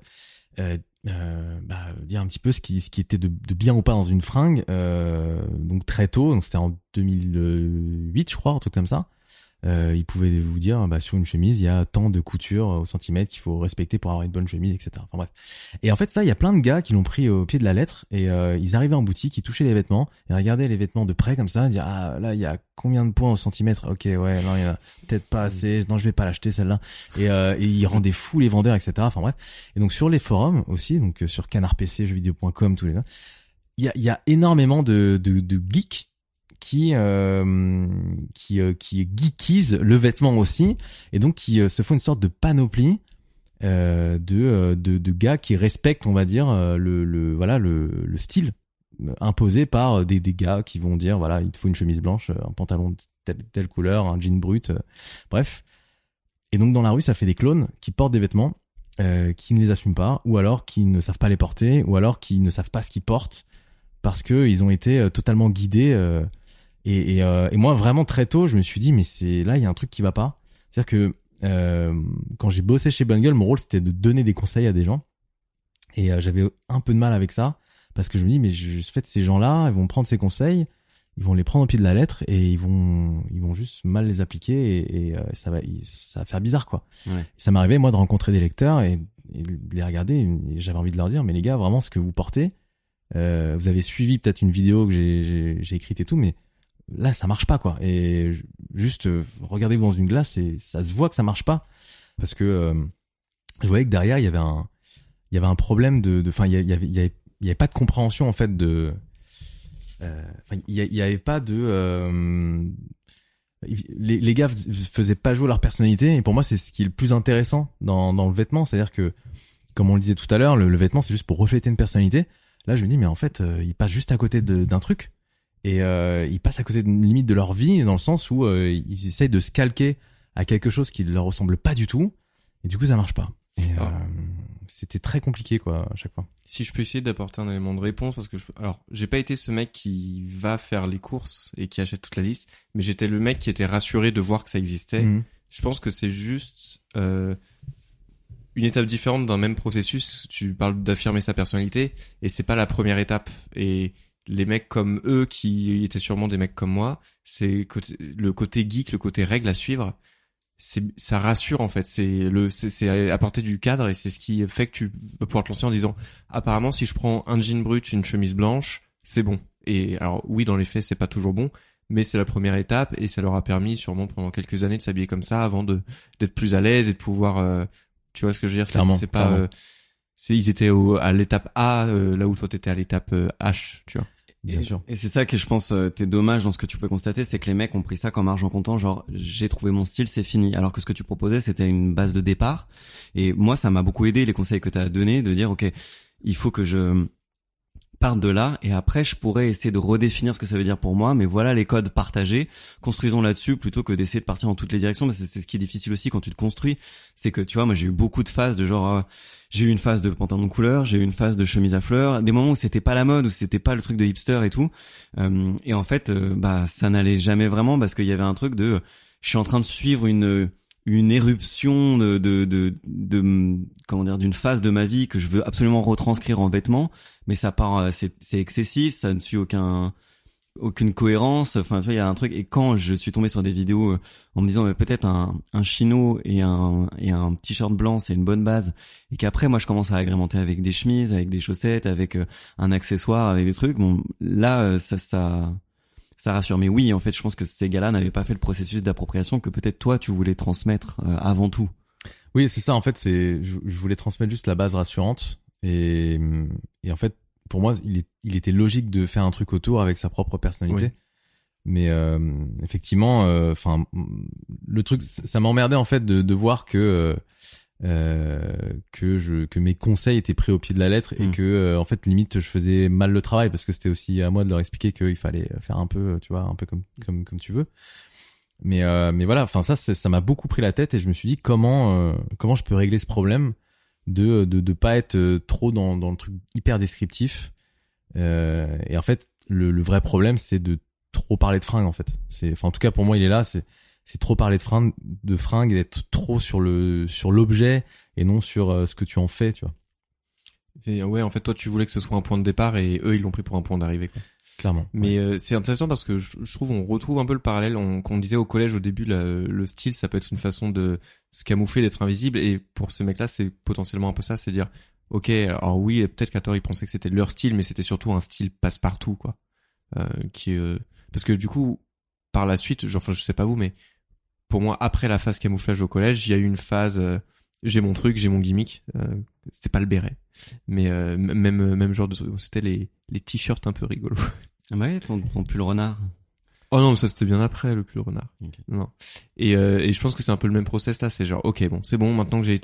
dire un petit peu ce qui était de bien ou pas dans une fringue. Donc très tôt, donc c'était en 2008, je crois, un truc comme ça. Il pouvait vous dire, sur une chemise, il y a tant de couture au centimètre qu'il faut respecter pour avoir une bonne chemise, etc. Enfin bref. Et en fait, ça, il y a plein de gars qui l'ont pris au pied de la lettre et ils arrivaient en boutique, ils touchaient les vêtements, ils regardaient les vêtements de près comme ça, ils disaient, ah, là, il y a combien de points au centimètre? Ok, ouais, non, il y en a peut-être pas assez, non, je vais pas l'acheter, celle-là. Et ils rendaient fous les vendeurs, etc. Enfin bref. Et donc, sur les forums aussi, donc sur canardpc, jeuxvideo.com, tous les gars, il y a énormément de geeks qui geekisent le vêtement aussi, et donc qui se font une sorte de panoplie de gars qui respectent, on va dire, le style imposé par des gars qui vont dire voilà, il te faut une chemise blanche, un pantalon de telle couleur, un jean brut, bref. Et donc dans la rue, ça fait des clones qui portent des vêtements qui ne les assument pas, ou alors qui ne savent pas les porter, ou alors qui ne savent pas ce qu'ils portent parce que ils ont été totalement guidés. Et moi, vraiment, très tôt, je me suis dit, mais là, il y a un truc qui va pas. C'est-à-dire que quand j'ai bossé chez Bungle, mon rôle, c'était de donner des conseils à des gens. Et j'avais un peu de mal avec ça, parce que je me dis, mais en fait, ces gens-là, ils vont prendre ces conseils, ils vont les prendre au pied de la lettre, et ils vont juste mal les appliquer, et ça va faire bizarre, quoi. Ouais. Ça m'arrivait, moi, de rencontrer des lecteurs, et de les regarder, et j'avais envie de leur dire, mais les gars, vraiment, ce que vous portez, vous avez suivi peut-être une vidéo que j'ai écrite et tout, mais là ça marche pas, quoi. Et juste regardez-vous dans une glace et ça se voit que ça marche pas, parce que je voyais que derrière il y avait un problème enfin il y avait pas de compréhension en fait de il y avait pas de les gars faisaient pas jouer leur personnalité, et pour moi c'est ce qui est le plus intéressant dans le vêtement, c'est-à-dire que comme on le disait tout à l'heure, le vêtement c'est juste pour refléter une personnalité. Là je me dis mais en fait ils passent juste à côté d'un truc. Et ils passent à côté d'une limite de leur vie, dans le sens où ils essayent de se calquer à quelque chose qui leur ressemble pas du tout, et du coup ça marche pas. Et c'était très compliqué, quoi, à chaque fois. Si je peux essayer d'apporter un élément de réponse, parce que j'ai pas été ce mec qui va faire les courses et qui achète toute la liste, mais j'étais le mec qui était rassuré de voir que ça existait. Mmh. Je pense que c'est juste une étape différente d'un même processus. Tu parles d'affirmer sa personnalité et c'est pas la première étape. Et les mecs comme eux, qui étaient sûrement des mecs comme moi, c'est le côté geek, le côté règle à suivre. Ça rassure en fait. C'est apporter du cadre et c'est ce qui fait que tu vas pouvoir te lancer en disant apparemment si je prends un jean brut, une chemise blanche, c'est bon. Et alors oui, dans les faits, c'est pas toujours bon. Mais c'est la première étape et ça leur a permis sûrement pendant quelques années de s'habiller comme ça avant d'être plus à l'aise et de pouvoir tu vois ce que je veux dire. Clairement, c'est pas clairement. ils étaient à l'étape A là où toi t'étais à l'étape H, tu vois. Bien sûr. Et c'est ça que je pense t'es dommage dans ce que tu peux constater, c'est que les mecs ont pris ça comme argent comptant, genre j'ai trouvé mon style, c'est fini. Alors que ce que tu proposais, c'était une base de départ. Et moi, ça m'a beaucoup aidé les conseils que t'as donnés de dire ok, il faut que je parte de là et après je pourrais essayer de redéfinir ce que ça veut dire pour moi, mais voilà les codes partagés, construisons là-dessus plutôt que d'essayer de partir dans toutes les directions. Mais c'est ce qui est difficile aussi quand tu te construis, c'est que tu vois, moi j'ai eu beaucoup de phases de genre j'ai eu une phase de pantalon de couleur, j'ai eu une phase de chemise à fleurs, des moments où c'était pas la mode, où c'était pas le truc de hipster et tout, et en fait bah ça n'allait jamais vraiment parce qu'il y avait un truc de je suis en train de suivre une éruption de comment dire, d'une phase de ma vie que je veux absolument retranscrire en vêtements, mais ça part c'est excessif, ça ne suit aucune cohérence. Enfin tu vois, il y a un truc. Et quand je suis tombé sur des vidéos en me disant mais peut-être un chino et un t-shirt blanc c'est une bonne base, et qu'après moi je commence à agrémenter avec des chemises, avec des chaussettes, avec un accessoire, avec des trucs, bon là ça rassure. Mais oui, en fait, je pense que ces gars-là n'avaient pas fait le processus d'appropriation que peut-être toi tu voulais transmettre avant tout. Oui, c'est ça. En fait, je voulais transmettre juste la base rassurante et en fait, pour moi, il était logique de faire un truc autour avec sa propre personnalité. Oui. Mais effectivement, enfin, le truc, ça m'emmerdait en fait de voir que mes conseils étaient pris au pied de la lettre et que en fait limite je faisais mal le travail parce que c'était aussi à moi de leur expliquer qu'il fallait faire un peu, tu vois, un peu comme tu veux. Mais voilà, enfin ça m'a beaucoup pris la tête et je me suis dit comment je peux régler ce problème de pas être trop dans le truc hyper descriptif. Et en fait le vrai problème c'est de trop parler de fringues en fait. En tout cas pour moi il est là, c'est trop parler de fringues et d'être trop sur l'objet et non sur ce que tu en fais, tu vois. Et ouais, en fait toi tu voulais que ce soit un point de départ et eux ils l'ont pris pour un point d'arrivée, quoi. Clairement. Mais c'est intéressant parce que je trouve on retrouve un peu le parallèle qu'on disait au collège au début. Le style, ça peut être une façon de se camoufler, d'être invisible, et pour ces mecs-là c'est potentiellement un peu ça, c'est dire ok, alors oui peut-être qu'à tort ils pensaient que c'était leur style, mais c'était surtout un style passe-partout, quoi, parce que du coup par la suite, genre, enfin je sais pas vous, mais pour moi après la phase camouflage au collège il y a eu une phase j'ai mon truc, j'ai mon gimmick, c'était pas le béret, mais même genre de truc, c'était les t-shirts un peu rigolos. Ah bah ouais, ton pull renard. Oh non, ça c'était bien après le pull renard. Okay. Non. Et je pense que c'est un peu le même process là, c'est genre ok bon, c'est bon, maintenant que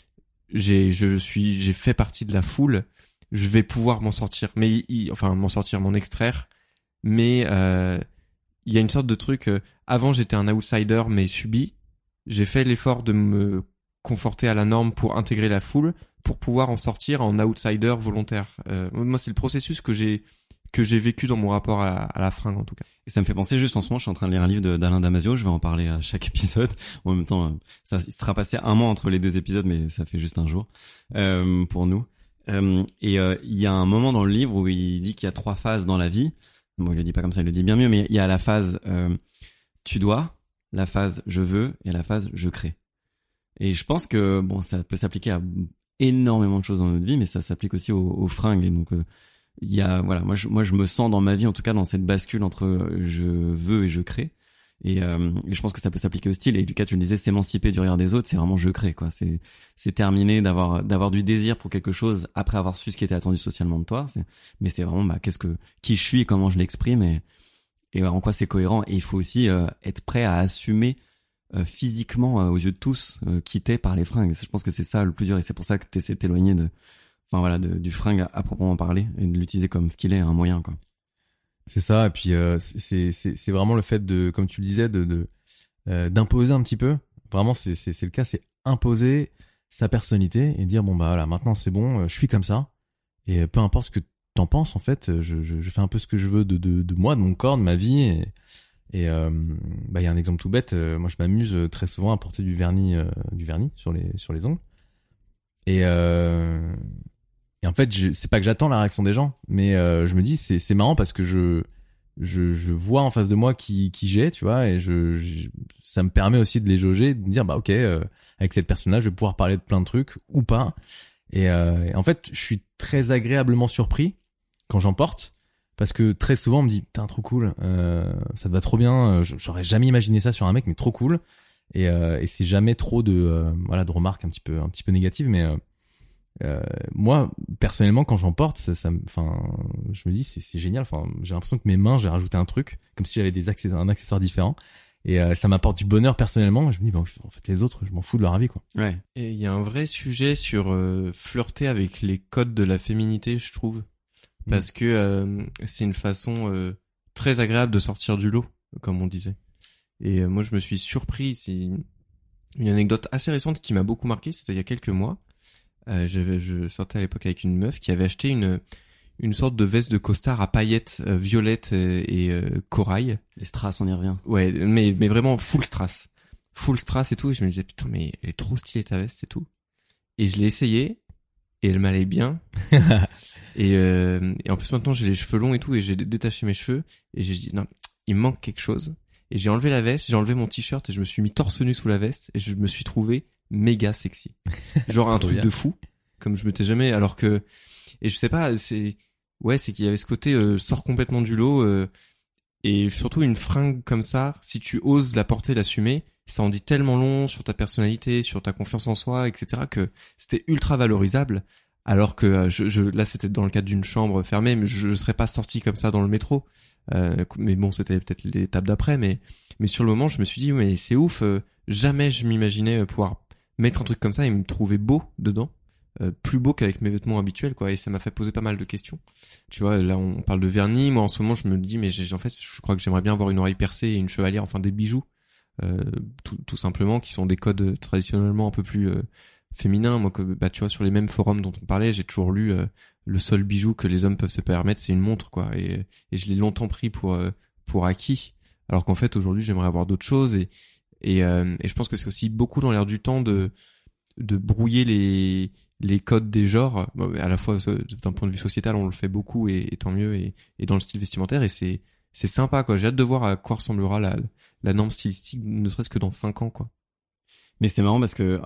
j'ai fait partie de la foule, je vais pouvoir m'en sortir, mais m'en extraire, mais il y a une sorte de truc avant j'étais un outsider mais subi, j'ai fait l'effort de me conforter à la norme pour intégrer la foule pour pouvoir en sortir en outsider volontaire. Moi c'est le processus que j'ai vécu dans mon rapport à la fringue en tout cas. Et ça me fait penser juste en ce moment, je suis en train de lire un livre d'Alain Damasio, je vais en parler à chaque épisode. En même temps, il sera passé un mois entre les deux épisodes, mais ça fait juste un jour pour nous. Et il y a un moment dans le livre où il dit qu'il y a 3 phases dans la vie. Bon, il le dit pas comme ça, il le dit bien mieux, mais il y a la phase tu dois, la phase je veux et la phase je crée. Et je pense que bon, ça peut s'appliquer à énormément de choses dans notre vie, mais ça s'applique aussi aux fringues. Et donc il y a voilà, moi je me sens dans ma vie en tout cas dans cette bascule entre je veux et je crée. Et je pense que ça peut s'appliquer au style. Et Lucas, tu le disais, s'émanciper du regard des autres, c'est vraiment je crée, quoi. C'est terminé d'avoir du désir pour quelque chose après avoir su ce qui était attendu socialement de toi. Mais c'est vraiment qui je suis, comment je l'exprime et en quoi c'est cohérent. Et il faut aussi être prêt à assumer physiquement aux yeux de tous qui t'es par les fringues. Je pense que c'est ça le plus dur, et c'est pour ça que t'essaies de t'éloigner du fringue à proprement parler et de l'utiliser comme ce qu'il est, un moyen, quoi. C'est ça, et puis c'est vraiment le fait de, comme tu le disais, d'imposer un petit peu. Vraiment, c'est le cas, c'est imposer sa personnalité et dire bon bah voilà, maintenant c'est bon, je suis comme ça, et peu importe ce que t'en penses, en fait, je fais un peu ce que je veux de moi, de mon corps, de ma vie, et y a un exemple tout bête. Moi, je m'amuse très souvent à porter du vernis sur les ongles. Et en fait, c'est pas que j'attends la réaction des gens, mais je me dis c'est marrant parce que je vois en face de moi qui j'ai, tu vois, et ça me permet aussi de les jauger, de me dire bah ok, avec cette personne-là, je vais pouvoir parler de plein de trucs ou pas. Et en fait, je suis très agréablement surpris quand j'en porte, parce que très souvent on me dit putain trop cool, ça te va trop bien, j'aurais jamais imaginé ça sur un mec, mais trop cool. Et c'est jamais trop de de remarques un petit peu négatives, mais moi personnellement quand j'en porte, je me dis c'est génial. Enfin, j'ai l'impression que mes mains, j'ai rajouté un truc, comme si j'avais un accessoire différent. Et ça m'apporte du bonheur personnellement. Et je me dis, bah, en fait, les autres, je m'en fous de leur avis, quoi. Ouais. Et il y a un vrai sujet sur flirter avec les codes de la féminité, je trouve. Parce que c'est une façon très agréable de sortir du lot, comme on disait. Et moi, je me suis surpris. C'est une anecdote assez récente qui m'a beaucoup marqué. C'était il y a quelques mois. Je sortais à l'époque avec une meuf qui avait acheté une sorte de veste de costard à paillettes violettes et corail. Les strass, on y revient. Ouais, mais vraiment full strass et tout. Et je me disais putain, mais elle est trop stylée ta veste et tout. Et je l'ai essayé et elle m'allait bien. et en plus maintenant j'ai les cheveux longs et tout, et j'ai détaché mes cheveux et j'ai dit non, il me manque quelque chose. Et j'ai enlevé la veste, j'ai enlevé mon t-shirt et je me suis mis torse nu sous la veste et je me suis trouvé méga sexy. Genre un truc de fou, comme je m'étais jamais, alors que, et je sais pas, c'est qu'il y avait ce côté sort complètement du lot, et surtout une fringue comme ça, si tu oses la porter, l'assumer, ça en dit tellement long sur ta personnalité, sur ta confiance en soi, etc., que c'était ultra valorisable. Alors que là c'était dans le cadre d'une chambre fermée, mais je serais pas sorti comme ça dans le métro. Mais bon, c'était peut-être l'étape d'après, mais sur le moment je me suis dit mais c'est ouf, jamais je m'imaginais pouvoir mettre un truc comme ça et me trouver beau dedans, plus beau qu'avec mes vêtements habituels, quoi. Et ça m'a fait poser pas mal de questions. Tu vois, là on parle de vernis, moi en ce moment je me dis mais en fait je crois que j'aimerais bien avoir une oreille percée et une chevalière, enfin des bijoux, tout simplement, qui sont des codes traditionnellement un peu plus féminins. Moi, tu vois, sur les mêmes forums dont on parlait, j'ai toujours lu le seul bijou que les hommes peuvent se permettre, c'est une montre, quoi. Et je l'ai longtemps pris pour acquis, alors qu'en fait aujourd'hui j'aimerais avoir d'autres choses, et je pense que c'est aussi beaucoup dans l'air du temps de brouiller les codes des genres. Bon, à la fois d'un point de vue sociétal on le fait beaucoup, et tant mieux, et dans le style vestimentaire, et c'est sympa, quoi. J'ai hâte de voir à quoi ressemblera la norme stylistique, ne serait-ce que dans 5 ans, quoi. Mais c'est marrant parce que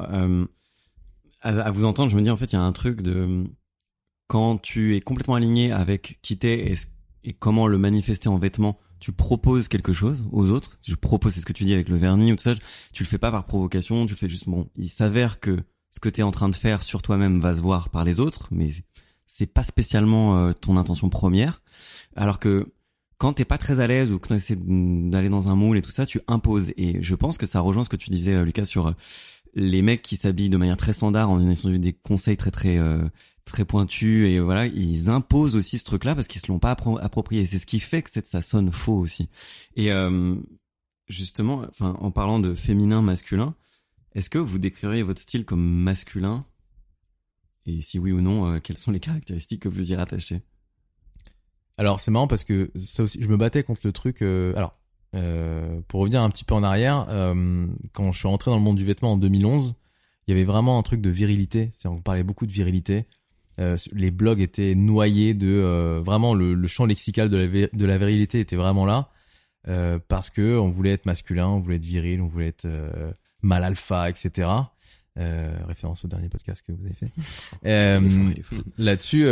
à vous entendre, je me dis en fait il y a un truc de quand tu es complètement aligné avec qui t'es et comment le manifester en vêtements, tu proposes quelque chose aux autres. Je propose, c'est ce que tu dis avec le vernis ou tout ça. Tu le fais pas par provocation, tu le fais juste, bon, il s'avère que ce que t'es en train de faire sur toi-même va se voir par les autres, mais c'est pas spécialement ton intention première. Alors que quand t'es pas très à l'aise ou que t'essaies d'aller dans un moule et tout ça, tu imposes. Et je pense que ça rejoint ce que tu disais, Lucas, sur les mecs qui s'habillent de manière très standard en ayant des conseils très très pointus, et voilà, ils imposent aussi ce truc-là parce qu'ils se l'ont pas approprié. C'est ce qui fait que ça sonne faux aussi. Et justement, enfin, en parlant de féminin, masculin, est-ce que vous décririez votre style comme masculin? Et si oui ou non, quelles sont les caractéristiques que vous y rattachez? Alors c'est marrant parce que ça aussi, je me battais contre le truc. Pour revenir un petit peu en arrière, quand je suis rentré dans le monde du vêtement en 2011, il y avait vraiment un truc de virilité. On parlait beaucoup de virilité. Les blogs étaient noyés de vraiment le champ lexical de la virilité était vraiment là, parce que on voulait être masculin, on voulait être viril, on voulait être mâle alpha, etc. Référence au dernier podcast que vous avez fait. Là-dessus,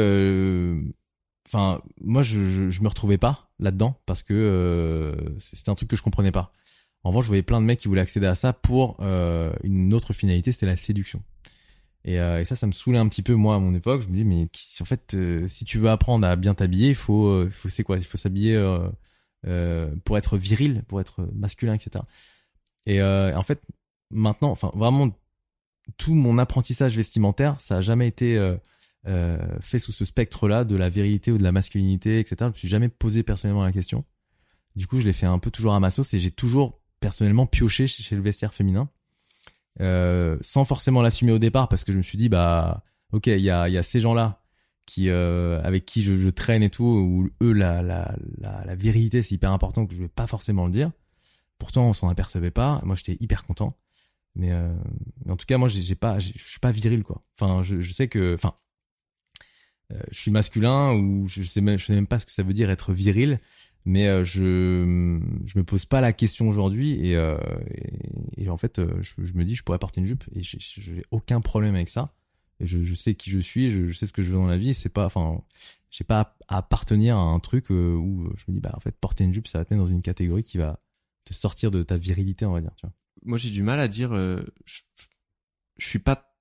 enfin, moi, je me retrouvais pas là-dedans parce que c'était un truc que je comprenais pas. En revanche, je voyais plein de mecs qui voulaient accéder à ça pour une autre finalité, c'était la séduction. Et ça me saoulait un petit peu, moi, à mon époque. Je me dis, mais en fait, si tu veux apprendre à bien t'habiller, il faut c'est quoi? Il faut s'habiller pour être viril, pour être masculin, etc. Et en fait, maintenant, enfin, vraiment, tout mon apprentissage vestimentaire, ça a jamais été fait sous ce spectre-là de la virilité ou de la masculinité, etc. Je me suis jamais posé personnellement la question. Du coup, je l'ai fait un peu toujours à ma sauce, et j'ai toujours personnellement pioché chez le vestiaire féminin, sans forcément l'assumer au départ, parce que je me suis dit, bah, ok, il y a ces gens-là qui avec qui je traîne et tout, où eux la virilité c'est hyper important, que je vais pas forcément le dire. Pourtant, on s'en apercevait pas. Moi, j'étais hyper content. Mais en tout cas, moi, je suis pas viril, quoi. Enfin, je sais que, enfin, je suis masculin ou je sais même pas ce que ça veut dire être viril, mais je me pose pas la question aujourd'hui et en fait, je me dis, je pourrais porter une jupe et j'ai aucun problème avec ça. Et je sais qui je suis, je sais ce que je veux dans la vie. Et c'est pas, enfin, j'ai pas à appartenir à un truc où je me dis, bah en fait, porter une jupe, ça va te mettre dans une catégorie qui va te sortir de ta virilité, on va dire. Tu vois. Moi, j'ai du mal à dire. Je suis pas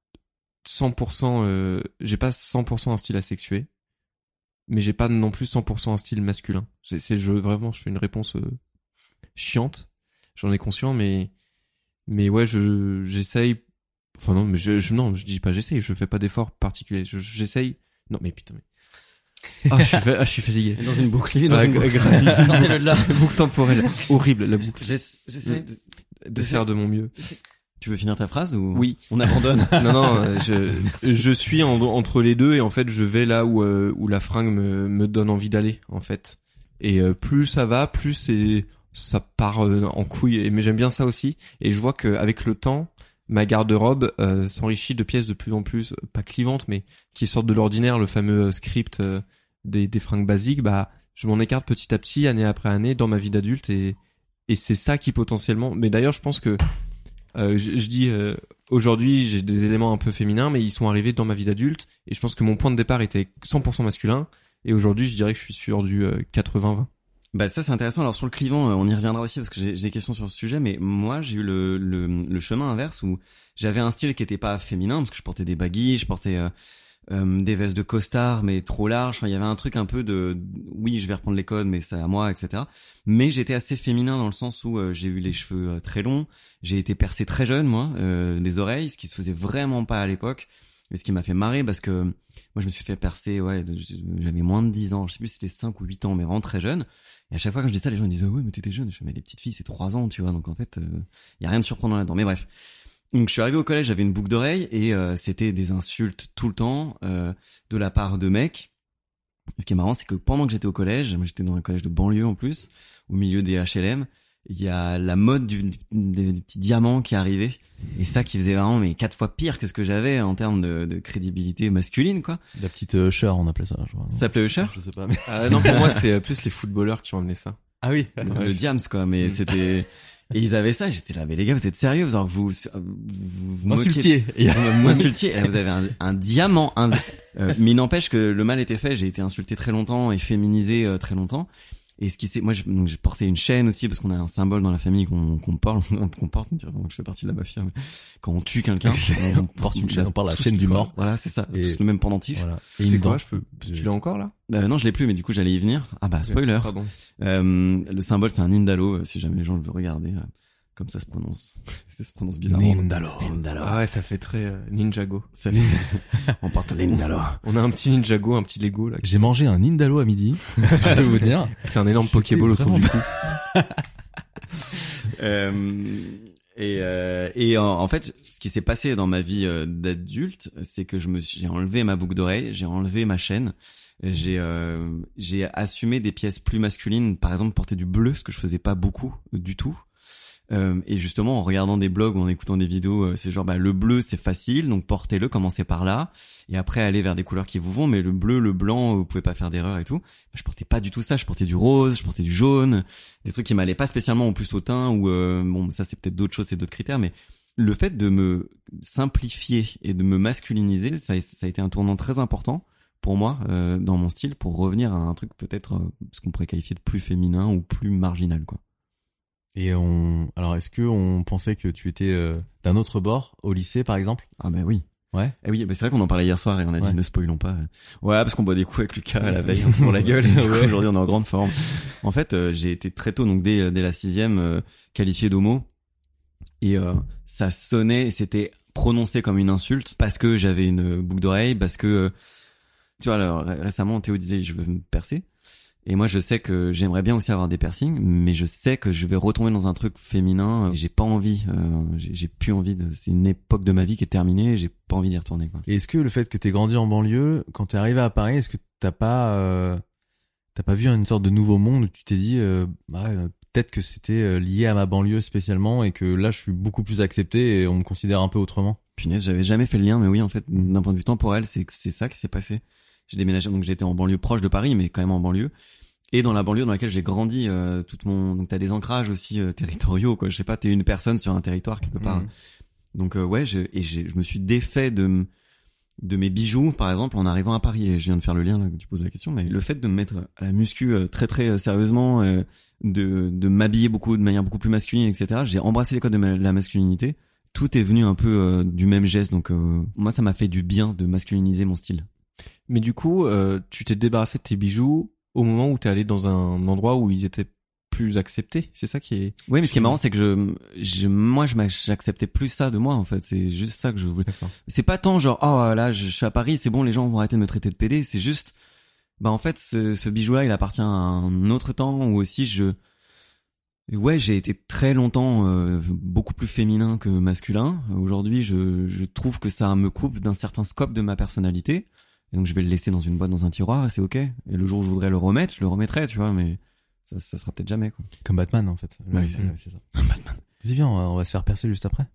100%. J'ai pas 100% un style asexué, mais j'ai pas non plus 100% un style masculin. Vraiment, je fais une réponse chiante. J'en ai conscient, mais ouais, j'essaye. Enfin non, mais non, je dis pas j'essaye. Je fais pas d'efforts particuliers. J'essaye. Non, mais putain, mais. Je suis fatigué. Dans une boucle. Sortez-le de là. Boucle temporelle. Horrible, la boucle. J'essaie de faire de mon mieux. Tu veux finir ta phrase ou oui, on abandonne? Non, je suis entre les deux et en fait je vais là où la fringue me donne envie d'aller en fait. Et plus ça va, plus ça part en couille. Mais j'aime bien ça aussi. Et je vois qu'avec le temps, ma garde-robe s'enrichit de pièces de plus en plus pas clivantes, mais qui sortent de l'ordinaire, le fameux script des fringues basiques. Bah, je m'en écarte petit à petit, année après année, dans ma vie d'adulte et c'est ça qui potentiellement. Mais d'ailleurs, je pense que je dis aujourd'hui j'ai des éléments un peu féminins mais ils sont arrivés dans ma vie d'adulte et je pense que mon point de départ était 100% masculin et aujourd'hui je dirais que je suis sur du 80-20. Bah ça c'est intéressant. Alors sur le clivant on y reviendra aussi parce que j'ai des questions sur ce sujet, mais moi j'ai eu le chemin inverse où j'avais un style qui était pas féminin parce que je portais des baggy, je portais des vestes de costard mais trop larges. Enfin il y avait un truc un peu de oui je vais reprendre les codes mais c'est à moi, etc. Mais j'étais assez féminin dans le sens où j'ai eu les cheveux très longs, j'ai été percé très jeune moi, des oreilles, ce qui se faisait vraiment pas à l'époque. Et ce qui m'a fait marrer parce que moi je me suis fait percer, j'avais moins de 10 ans, je sais plus si c'était 5 ou 8 ans, mais vraiment très jeune. Et à chaque fois quand je dis ça, les gens me disent ah ouais mais t'étais jeune. Je fais mais les petites filles c'est 3 ans, tu vois, donc en fait y a rien de surprenant là-dedans. Mais bref. Donc je suis arrivé au collège, j'avais une boucle d'oreille et c'était des insultes tout le temps de la part de mecs. Et ce qui est marrant, c'est que pendant que j'étais au collège, moi j'étais dans un collège de banlieue en plus, au milieu des HLM, il y a la mode des petits diamants qui arrivait et ça qui faisait vraiment mais 4 fois pire que ce que j'avais en termes de crédibilité masculine quoi. La petite Usher, on appelait ça. Je crois. Ça s'appelait Usher? Je sais pas. Mais... non pour moi c'est plus les footballeurs qui ont amené ça. Ah oui. Le Diams quoi, mais c'était. Et ils avaient ça, j'étais là, mais les gars, vous êtes sérieux? Vous m'insultiez. Vous m'insultiez. Et là, vous avez un diamant. Mais il n'empêche que le mal était fait. J'ai été insulté très longtemps et féminisé très longtemps. Et ce qui s'est, moi, je portais une chaîne aussi parce qu'on a un symbole dans la famille qu'on porte. Je fais partie de la mafia. Mais quand on tue quelqu'un, on porte une chaîne. On parle de la chaîne du mort. Voilà, c'est ça. Tous le même pendentif. Voilà. Et c'est quoi? Tu l'as encore là? Non, je l'ai plus, mais du coup, j'allais y venir. Ah bah, spoiler. Pardon. Le symbole, c'est un Indalo, si jamais les gens le veulent regarder. Comme ça se prononce. Ça se prononce bizarrement. Nindalo. Ah ouais, ça fait très Ninjago. On porte l'Indalo. On a un petit Ninjago, un petit Lego là. J'ai mangé un Nindalo à midi. Je peux vous dire. C'est un énorme Pokéball autour du cou. Et en fait, ce qui s'est passé dans ma vie d'adulte, c'est que j'ai enlevé ma boucle d'oreille, j'ai enlevé ma chaîne, j'ai assumé des pièces plus masculines, par exemple porter du bleu, ce que je faisais pas beaucoup du tout. Et justement, en regardant des blogs ou en écoutant des vidéos, c'est genre le bleu c'est facile, donc portez-le, commencez par là, et après allez vers des couleurs qui vous vont. Mais le bleu, le blanc, vous pouvez pas faire d'erreur et tout. Je portais pas du tout ça. Je portais du rose, je portais du jaune, des trucs qui m'allaient pas spécialement en plus au teint. Ou bon, ça c'est peut-être d'autres choses, c'est d'autres critères, mais le fait de me simplifier et de me masculiniser, ça a été un tournant très important pour moi dans mon style, pour revenir à un truc peut-être ce qu'on pourrait qualifier de plus féminin ou plus marginal, quoi. Et alors est-ce que on pensait que tu étais d'un autre bord au lycée par exemple? Ah bah oui. Ouais. Eh oui, bah c'est vrai qu'on en parlait hier soir et on a dit ne spoilons pas. Ouais, parce qu'on boit des coups avec Lucas à la veille, on se prend la gueule et du coup, aujourd'hui on est en grande forme. En fait, j'ai été très tôt, donc dès la 6e, qualifié d'homo et ça sonnait, c'était prononcé comme une insulte parce que j'avais une boucle d'oreille, parce que tu vois, alors, récemment Théo disait je veux me percer. Et moi, je sais que j'aimerais bien aussi avoir des piercings, mais je sais que je vais retomber dans un truc féminin. J'ai pas envie, j'ai plus envie c'est une époque de ma vie qui est terminée, j'ai pas envie d'y retourner, quoi. Et est-ce que le fait que t'aies grandi en banlieue, quand t'es arrivé à Paris, est-ce que t'as pas vu une sorte de nouveau monde où tu t'es dit, peut-être que c'était lié à ma banlieue spécialement et que là je suis beaucoup plus accepté et on me considère un peu autrement. Punaise, j'avais jamais fait le lien, mais oui, en fait, d'un point de vue temporel, c'est ça qui s'est passé. J'ai déménagé, donc j'étais en banlieue proche de Paris, mais quand même en banlieue. Et dans la banlieue dans laquelle j'ai grandi, donc t'as des ancrages aussi territoriaux, quoi. Je sais pas, t'es une personne sur un territoire quelque part. Donc ouais, je me suis défait de mes bijoux, par exemple, en arrivant à Paris. Et je viens de faire le lien là que tu poses la question, mais le fait de me mettre à la muscu très très sérieusement, de m'habiller de manière beaucoup plus masculine, etc. J'ai embrassé les codes de la masculinité. Tout est venu un peu du même geste, donc moi ça m'a fait du bien de masculiniser mon style. Mais du coup, tu t'es débarrassé de tes bijoux au moment où t'es allé dans un endroit où ils étaient plus acceptés. C'est ça qui est... Oui, mais ce qui est marrant, c'est que j'acceptais plus ça de moi, en fait. C'est juste ça que je voulais. D'accord. C'est pas tant genre, oh là, je suis à Paris, c'est bon, les gens vont arrêter de me traiter de pédé. C'est juste, en fait, ce bijou-là, il appartient à un autre temps où aussi j'ai été très longtemps beaucoup plus féminin que masculin. Aujourd'hui, je trouve que ça me coupe d'un certain scope de ma personnalité. Et donc, je vais le laisser dans une boîte, dans un tiroir, et c'est ok. Et le jour où je voudrais le remettre, je le remettrai, tu vois, mais ça sera peut-être jamais, quoi. Comme Batman en fait. Ouais, c'est ça. Batman. Vas-y viens, on va se faire percer juste après.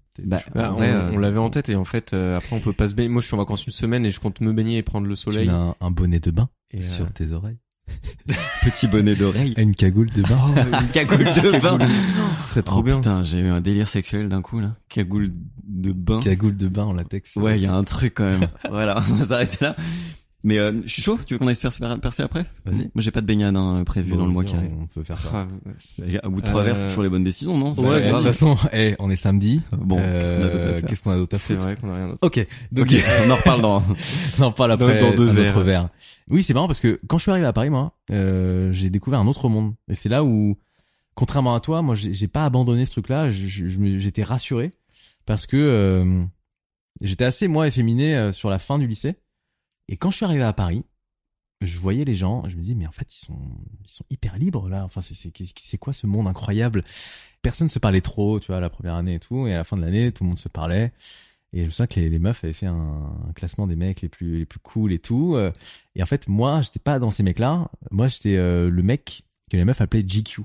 On l'avait en tête et en fait, après on peut pas se baigner. Moi je suis en vacances une semaine et je compte me baigner et prendre le soleil. Tu mets un bonnet de bain Et, sur tes oreilles. Petit bonnet d'oreille. Et une cagoule de bain. Une cagoule de bain. Ce serait trop bien. Putain, j'ai eu un délire sexuel d'un coup, là. Cagoule de bain. Cagoule de bain en latex. Ouais, il y a un truc quand même. Voilà, on va s'arrêter là. Mais je suis chaud, tu veux qu'on aille se faire percer après? Vas-y. Moi j'ai pas de baignade prévu dans le mois qui arrive. On peut faire ça. À bout de 3 verres, c'est toujours les bonnes décisions, non? Ouais, de toute façon, on est samedi. Bon, qu'est-ce qu'on a d'autre à faire? C'est vrai qu'on a rien d'autre. Ok. Donc, on en reparle dans... on en parle après dans 2 un verres. autre verre. Oui, c'est marrant parce que quand je suis arrivé à Paris, moi, j'ai découvert un autre monde. Et c'est là où, contrairement à toi, moi, j'ai pas abandonné ce truc-là. J'étais rassuré parce que j'étais assez, moi, efféminé sur la fin du lycée. Et quand je suis arrivé à Paris, je voyais les gens, je me dis mais en fait ils sont hyper libres là. Enfin c'est quoi ce monde incroyable. Personne se parlait trop, tu vois, la première année et tout, et à la fin de l'année tout le monde se parlait. Et je me souviens que les meufs avaient fait un classement des mecs les plus cool et tout. Et en fait moi j'étais pas dans ces mecs-là. Moi j'étais le mec que les meufs appelaient GQ.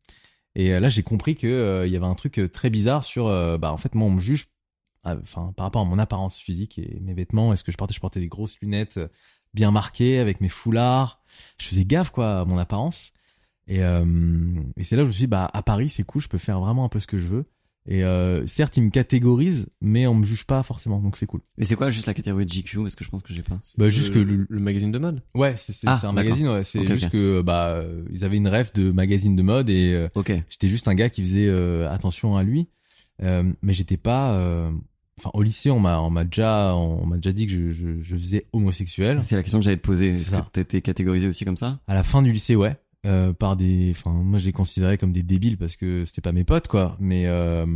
Et là j'ai compris que il y avait un truc très bizarre sur en fait moi on me juge par rapport à mon apparence physique et mes vêtements. Est-ce que je portais des grosses lunettes bien marquées avec mes foulards. Je faisais gaffe quoi à mon apparence. Et c'est là où je me suis dit à Paris c'est cool, je peux faire vraiment un peu ce que je veux. Et certes ils me catégorisent mais on me juge pas forcément, donc c'est cool. Mais c'est quoi juste la catégorie de GQ, parce que je pense que j'ai pas. Juste que le magazine de mode. Ouais, c'est un magazine, ouais. C'est juste que ils avaient une ref de magazine de mode et j'étais juste un gars qui faisait attention à lui. Mais j'étais pas au lycée on m'a déjà dit que je faisais homosexuel. C'est la question que j'allais te poser. Est-ce que t'étais catégorisé aussi comme ça? À la fin du lycée, ouais. Moi je les considérais comme des débiles parce que c'était pas mes potes quoi. Mais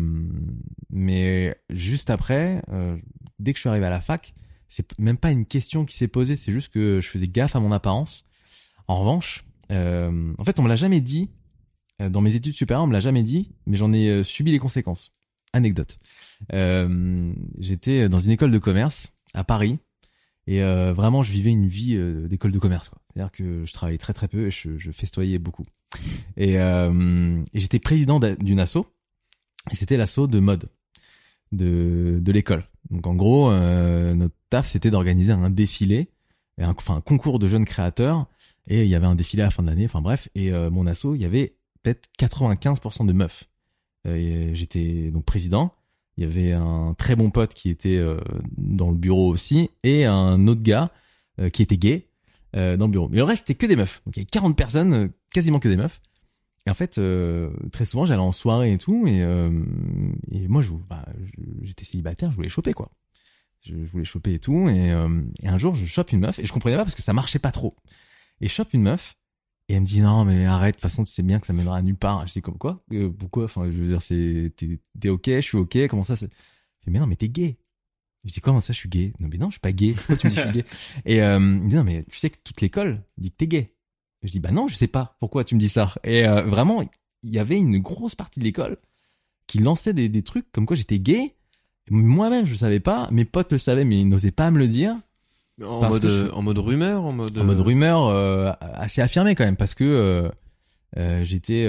juste après, dès que je suis arrivé à la fac, c'est même pas une question qui s'est posée. C'est juste que je faisais gaffe à mon apparence. En revanche, en fait on me l'a jamais dit. Dans mes études supérieures on me l'a jamais dit, mais j'en ai subi les conséquences. Anecdote. J'étais dans une école de commerce à Paris et vraiment je vivais une vie d'école de commerce quoi. C'est-à-dire que je travaillais très très peu et je festoyais beaucoup. Et j'étais président d'une asso et c'était l'asso de mode de l'école. Donc en gros notre taf c'était d'organiser un défilé, un concours de jeunes créateurs et il y avait un défilé à la fin de l'année. Enfin bref, et mon asso il y avait peut-être 95% de meufs. J'étais donc président. Il y avait un très bon pote qui était dans le bureau aussi et un autre gars qui était gay dans le bureau. Mais le reste c'était que des meufs. Donc il y avait 40 personnes, quasiment que des meufs. Et en fait, très souvent j'allais en soirée et tout et moi j'étais célibataire, je voulais choper quoi. Je voulais choper et tout et un jour je chope une meuf et je comprenais pas parce que ça marchait pas trop. Et je chope une meuf. Et elle me dit non mais arrête, de toute façon tu sais bien que ça mènera à nulle part. Je dis comme quoi pourquoi, enfin je veux dire t'es ok, je suis ok, comment ça c'est... Je dis mais non mais t'es gay. Je dis comment ça je suis gay? Non mais non je suis pas gay, pourquoi tu me dis je suis gay? Et il me dit non mais tu sais que toute l'école dit que t'es gay. Et je dis bah non je sais pas, pourquoi tu me dis ça? Et vraiment il y avait une grosse partie de l'école qui lançait des trucs comme quoi j'étais gay. Moi-même je savais pas, mes potes le savaient mais ils n'osaient pas me le dire. En mode rumeur, en mode rumeur assez affirmé quand même parce que J'étais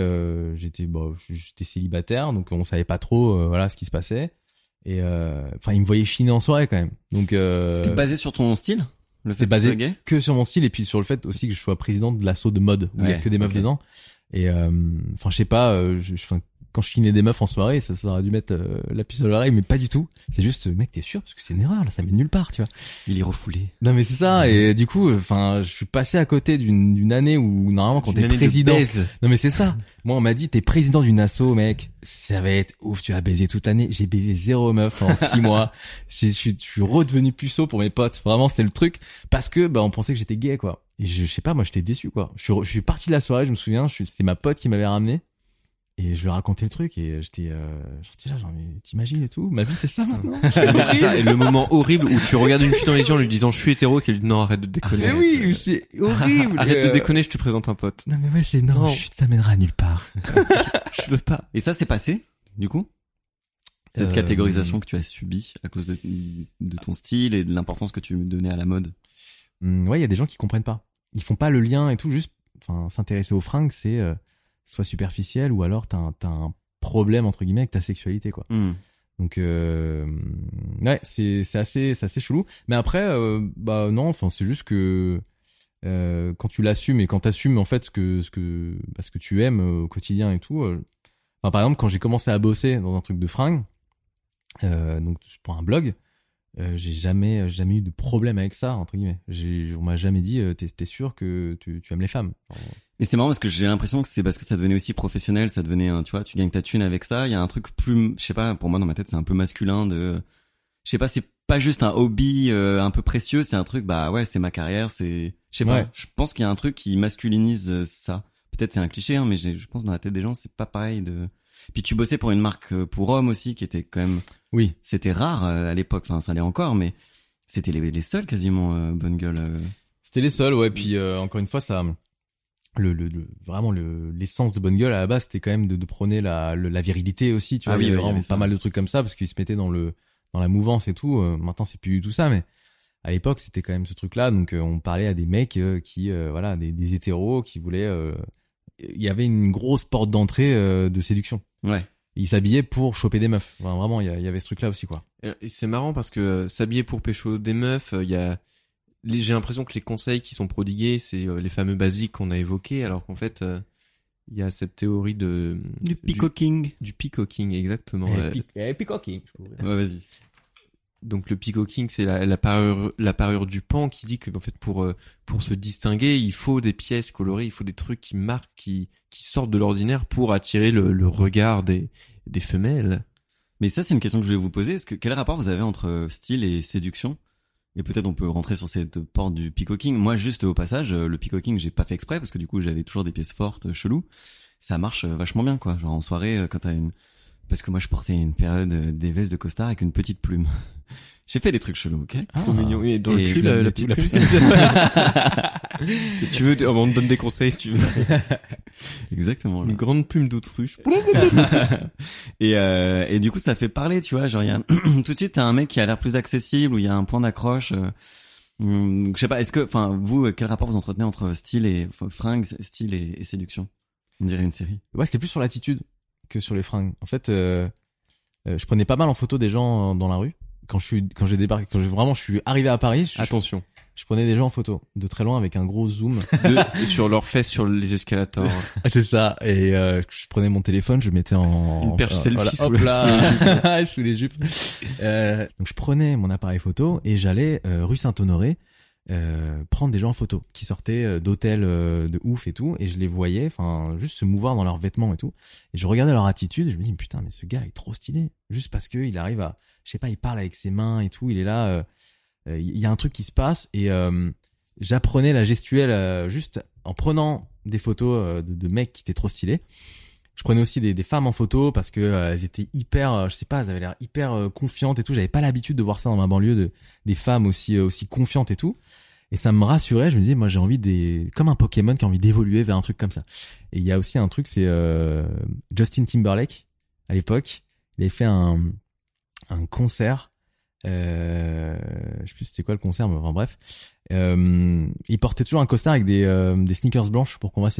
célibataire, donc on savait pas trop voilà ce qui se passait. Et enfin, il me voyait chiner en soirée quand même. Donc C'était basé sur ton style, le fait c'est que tu sois basé gay. que sur mon style et puis sur le fait aussi que je sois président de l'asso de mode où il y a Ouais, que des meufs ok. dedans. Et enfin, je sais pas, quand je chinais des meufs en soirée, ça aurait dû mettre la puce à l'oreille, mais pas du tout. C'est juste, mec, t'es sûr? Parce que c'est une erreur, là, ça mène nulle part, tu vois. Il est refoulé. Non, mais c'est ça. Et du coup, enfin, je suis passé à côté d'une année où, normalement, quand t'es président. Non, mais c'est ça. Moi, on m'a dit, t'es président d'une asso, mec. Ça va être ouf, tu vas baiser toute l'année. J'ai baisé 0 meuf en 6 mois. Je suis redevenu puceau pour mes potes. Vraiment, c'est le truc. Parce que, bah, on pensait que j'étais gay, quoi. Et je sais pas, moi, j'étais déçu, quoi. Je suis parti de la soirée, je me souviens, c'était ma pote qui m'avait ramené. Et je lui ai raconté le truc et j'étais là genre mais t'imagines et tout, ma vie c'est ça maintenant. C'est ça, et le moment horrible où tu regardes une fille dans les yeux en lui disant je suis hétéro, qu'elle dit non arrête de déconner. Mais oui, mais c'est horrible. Arrête de déconner, je te présente un pote. Non mais ouais, c'est non, chut, ça mènera nulle part. Je veux pas. Et ça, c'est passé, du coup? Cette catégorisation que tu as subie à cause de ton style et de l'importance que tu donnais à la mode. Ouais, il y a des gens qui comprennent pas. Ils font pas le lien et tout, juste, enfin, s'intéresser aux fringues, c'est soit superficiel ou alors t'as un problème entre guillemets avec ta sexualité, quoi. Donc ouais, c'est assez chelou. Mais après, bah non, enfin c'est juste que quand tu l'assumes et quand t'assumes en fait ce que tu aimes au quotidien et tout. Enfin, par exemple, quand j'ai commencé à bosser dans un truc de fringues, donc pour un blog, j'ai jamais eu de problème avec ça entre guillemets. On m'a jamais dit t'es sûr que tu aimes les femmes. Et c'est marrant parce que j'ai l'impression que c'est parce que ça devenait aussi professionnel, ça devenait tu vois, tu gagnes ta thune avec ça, il y a un truc plus, je sais pas, pour moi dans ma tête c'est un peu masculin je sais pas, c'est pas juste un hobby un peu précieux, c'est un truc, bah ouais, c'est ma carrière, je sais pas, Ouais. je pense qu'il y a un truc qui masculinise ça. Peut-être c'est un cliché hein, mais je pense que dans la tête des gens c'est pas pareil Puis tu bossais pour une marque pour hommes aussi qui était quand même, Oui. c'était rare à l'époque, enfin ça l'est encore, mais c'était les seuls quasiment Bonne Gueule. C'était les seuls, ouais. Puis encore une fois, ça, vraiment l'essence de Bonne Gueule à la base, c'était quand même de prôner la virilité aussi. Tu vois, oui, il y avait oui, il y vraiment avait ça. pas mal de trucs comme ça parce qu'ils se mettaient dans la mouvance et tout. Maintenant, c'est plus du tout ça, mais à l'époque, c'était quand même ce truc-là. Donc, on parlait à des mecs qui, voilà, des hétéros qui voulaient. Il y avait une grosse porte d'entrée de séduction. Ouais. Ils s'habillaient pour choper des meufs. Enfin, vraiment, il y avait ce truc-là aussi, quoi. Et c'est marrant parce que s'habiller pour pécho des meufs, j'ai l'impression que les conseils qui sont prodigués, c'est les fameux basiques qu'on a évoqués, alors qu'en fait, il y a cette théorie Du peacocking. du peacocking, exactement. Peacocking. Ouais, vas-y. Donc le peacocking, c'est la parure du pan qui dit que en fait pour se distinguer, il faut des pièces colorées, il faut des trucs qui marquent, qui sortent de l'ordinaire pour attirer le regard des femelles. Mais ça, c'est une question que je voulais vous poser. Quel rapport vous avez entre style et séduction? Et peut-être on peut rentrer sur cette porte du peacocking. Moi, juste au passage, le peacocking, j'ai pas fait exprès parce que du coup, j'avais toujours des pièces fortes, cheloues. Ça marche vachement bien, quoi. Genre en soirée, quand t'as parce que moi, je portais une période des vestes de costard avec une petite plume. J'ai fait des trucs chelous, ok? Trop mignon. Et dans le Et cul, la petite plume. Si tu veux, on te donne des conseils si tu veux. Exactement. Une grande plume d'autruche. Et du coup, ça fait parler, tu vois. Genre, il y a tout de suite, t'as un mec qui a l'air plus accessible, où il y a un point d'accroche. Je sais pas. Est-ce que, enfin, vous, quel rapport vous entretenez entre style et fringues, style et séduction? On dirait une série. Ouais, c'était plus sur l'attitude que sur les fringues. En fait, je prenais pas mal en photo des gens dans la rue. Quand j'ai débarqué, je suis arrivé à Paris, Attention. je prenais des gens en photo de très loin avec un gros zoom. Sur leurs fesses, sur les escalators. C'est ça. Et je prenais mon téléphone, je mettais en Une perche selfie voilà, sous hop le- là, sous les jupes. Donc je prenais mon appareil photo et j'allais rue Saint-Honoré prendre des gens en photo qui sortaient d'hôtels de ouf et tout, et je les voyais, enfin juste se mouvoir dans leurs vêtements et tout, et je regardais leur attitude et je me dis putain mais ce gars est trop stylé, juste parce que il arrive à, je sais pas, il parle avec ses mains et tout, il est là, il y a un truc qui se passe, et j'apprenais la gestuelle juste en prenant des photos de mecs qui étaient trop stylés. Je prenais aussi des femmes en photo parce que elles étaient hyper, je sais pas, elles avaient l'air hyper confiantes et tout. J'avais pas l'habitude de voir ça dans ma banlieue, des femmes aussi confiantes et tout. Et ça me rassurait. Je me disais, moi, j'ai envie comme un Pokémon qui a envie d'évoluer vers un truc comme ça. Et il y a aussi un truc, c'est Justin Timberlake à l'époque. Il avait fait un concert. Je sais plus c'était quoi le concert, mais enfin bref. Il portait toujours un costard avec des sneakers blanches pour qu'on voit ses pieds.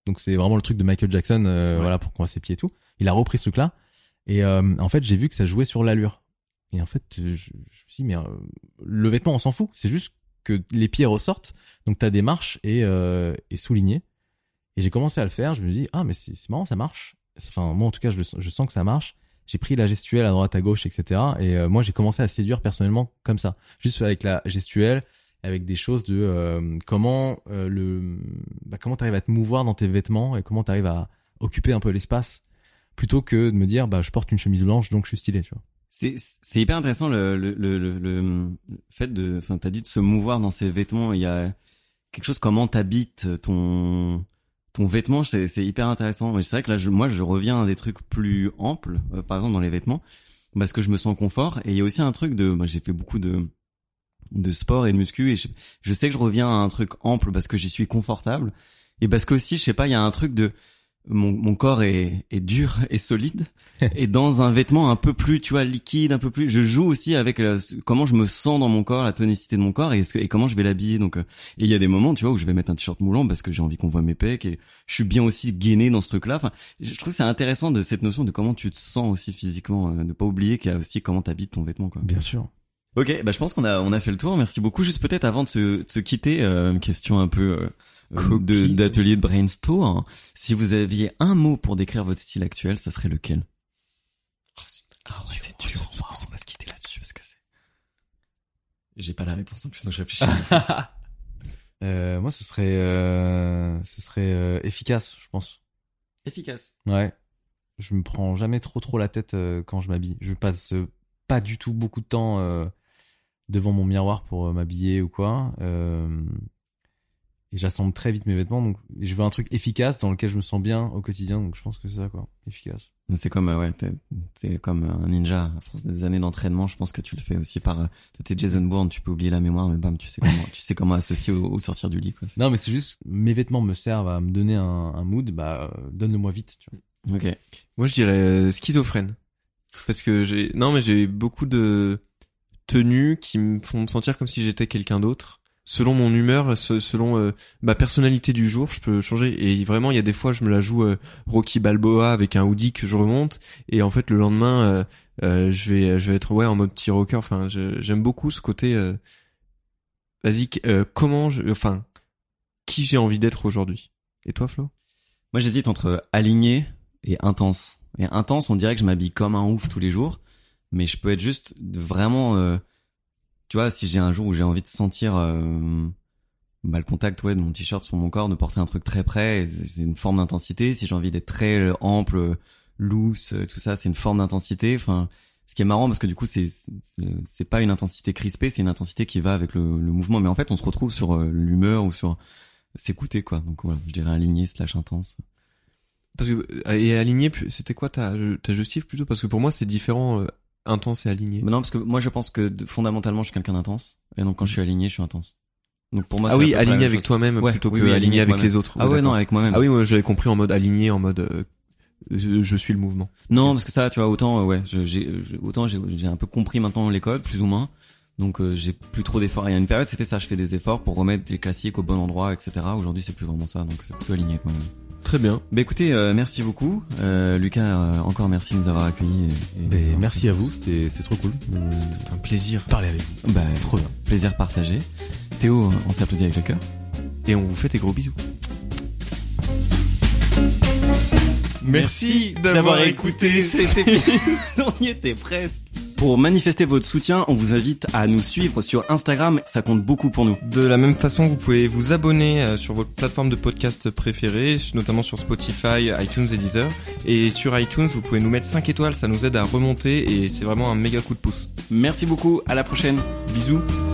Donc c'est vraiment le truc de Michael Jackson, voilà, pour qu'on voit ses pieds et tout. Il a repris ce truc-là. Et en fait, j'ai vu que ça jouait sur l'allure. Et en fait, je me suis dit, mais le vêtement, on s'en fout. C'est juste que les pieds ressortent. Donc t'as des marches et soulignées. Et j'ai commencé à le faire. Je me dis, ah, mais c'est marrant, ça marche. Enfin, moi, en tout cas, je sens que ça marche. J'ai pris la gestuelle à droite, à gauche, etc. Et moi, j'ai commencé à séduire personnellement comme ça. Juste avec la gestuelle, avec des choses de comment t'arrives à te mouvoir dans tes vêtements et comment t'arrives à occuper un peu l'espace, plutôt que de me dire, je porte une chemise blanche, donc je suis stylé, tu vois. C'est hyper intéressant le fait de, enfin, t'as dit de se mouvoir dans ses vêtements. Il y a quelque chose, comment t'habites ton vêtement, c'est hyper intéressant. Mais c'est vrai que là, moi, je reviens à des trucs plus amples, par exemple dans les vêtements, parce que je me sens confort. Et il y a aussi un truc j'ai fait beaucoup de sport et de muscu, et je sais que je reviens à un truc ample parce que j'y suis confortable, et parce que aussi, je sais pas, il y a un truc de mon corps est dur et solide, et dans un vêtement un peu plus, tu vois, liquide, un peu plus, je joue aussi avec comment je me sens dans mon corre, la tonicité de mon corps, et comment je vais l'habiller. Donc, et il y a des moments, tu vois, où je vais mettre un t-shirt moulant parce que j'ai envie qu'on voit mes pecs, et je suis bien aussi gainé dans ce truc-là. Enfin, je trouve que c'est intéressant de cette notion de comment tu te sens aussi physiquement, ne pas oublier qu'il y a aussi comment t'habites ton vêtement, quoi. Bien sûr. Ok, je pense qu'on a fait le tour. Merci beaucoup. Juste peut-être avant de se quitter, une question un peu d'atelier de brainstorm. Si vous aviez un mot pour décrire votre style actuel, ça serait lequel? C'est dur. On va se quitter là-dessus parce que j'ai pas la réponse en plus, donc je réfléchis. Moi, ce serait efficace, je pense. Efficace. Ouais. Je me prends jamais trop la tête quand je m'habille. Je passe pas du tout beaucoup de temps devant mon miroir pour m'habiller ou quoi. Et j'assemble très vite mes vêtements, donc je veux un truc efficace dans lequel je me sens bien au quotidien, donc je pense que c'est ça, quoi. Efficace. C'est comme t'es comme un ninja. À force des années d'entraînement, je pense que tu le fais aussi par t'es Jason Bourne, tu peux oublier la mémoire, mais bam, tu sais comment associer au sortir du lit, quoi. Non, mais c'est juste, mes vêtements me servent à me donner un mood, donne-le-moi vite, tu vois. Ok. Moi, je dirais schizophrène. Parce que j'ai beaucoup de tenues qui me font me sentir comme si j'étais quelqu'un d'autre. Selon mon humeur, selon ma personnalité du jour, je peux changer. Et vraiment, il y a des fois, je me la joue Rocky Balboa avec un hoodie que je remonte. Et en fait, le lendemain, je vais être en mode petit rocker. Enfin, j'aime beaucoup ce côté. Vas-y, qui j'ai envie d'être aujourd'hui. Et toi, Flo? Moi, j'hésite entre aligné et intense. Et intense, on dirait que je m'habille comme un ouf tous les jours, mais je peux être juste vraiment, tu vois, si j'ai un jour où j'ai envie de sentir le contact de mon t-shirt sur mon corps, de porter un truc très près, c'est une forme d'intensité. Si j'ai envie d'être très ample, loose, tout ça, c'est une forme d'intensité. Enfin, ce qui est marrant parce que du coup, c'est pas une intensité crispée, c'est une intensité qui va avec le mouvement. Mais en fait, on se retrouve sur l'humeur ou sur s'écouter, quoi. Donc voilà, je dirais aligné / intense. Parce que et aligné, c'était quoi ta justif plutôt? Parce que pour moi c'est différent, intense et aligné. Mais non, parce que moi je pense que fondamentalement je suis quelqu'un d'intense, et donc quand je suis aligné, je suis intense. Donc pour moi c'est aligné avec toi-même plutôt que aligné avec les autres. Ah ouais, non, avec moi-même. Ah oui, moi j'avais compris en mode aligné, en mode je suis le mouvement. Non, parce que ça, tu vois, autant j'ai un peu compris maintenant l'école, plus ou moins. Donc j'ai plus trop d'efforts. Il y a une période, c'était ça, je fais des efforts pour remettre les classiques au bon endroit, etc. Aujourd'hui, c'est plus vraiment ça, donc c'est plutôt aligné avec moi-même. Très bien. Écoutez, merci beaucoup. Lucas, encore merci de nous avoir accueillis. Merci à vous, c'était trop cool. C'était un plaisir de parler avec vous. Trop bien. Plaisir partagé. Théo, on s'applaudit avec le cœur. Et on vous fait des gros bisous. Merci d'avoir écouté cet épisode. On y était presque. Pour manifester votre soutien, on vous invite à nous suivre sur Instagram, ça compte beaucoup pour nous. De la même façon, vous pouvez vous abonner sur votre plateforme de podcast préférée, notamment sur Spotify, iTunes et Deezer. Et sur iTunes, vous pouvez nous mettre 5 étoiles, ça nous aide à remonter et c'est vraiment un méga coup de pouce. Merci beaucoup, à la prochaine. Bisous.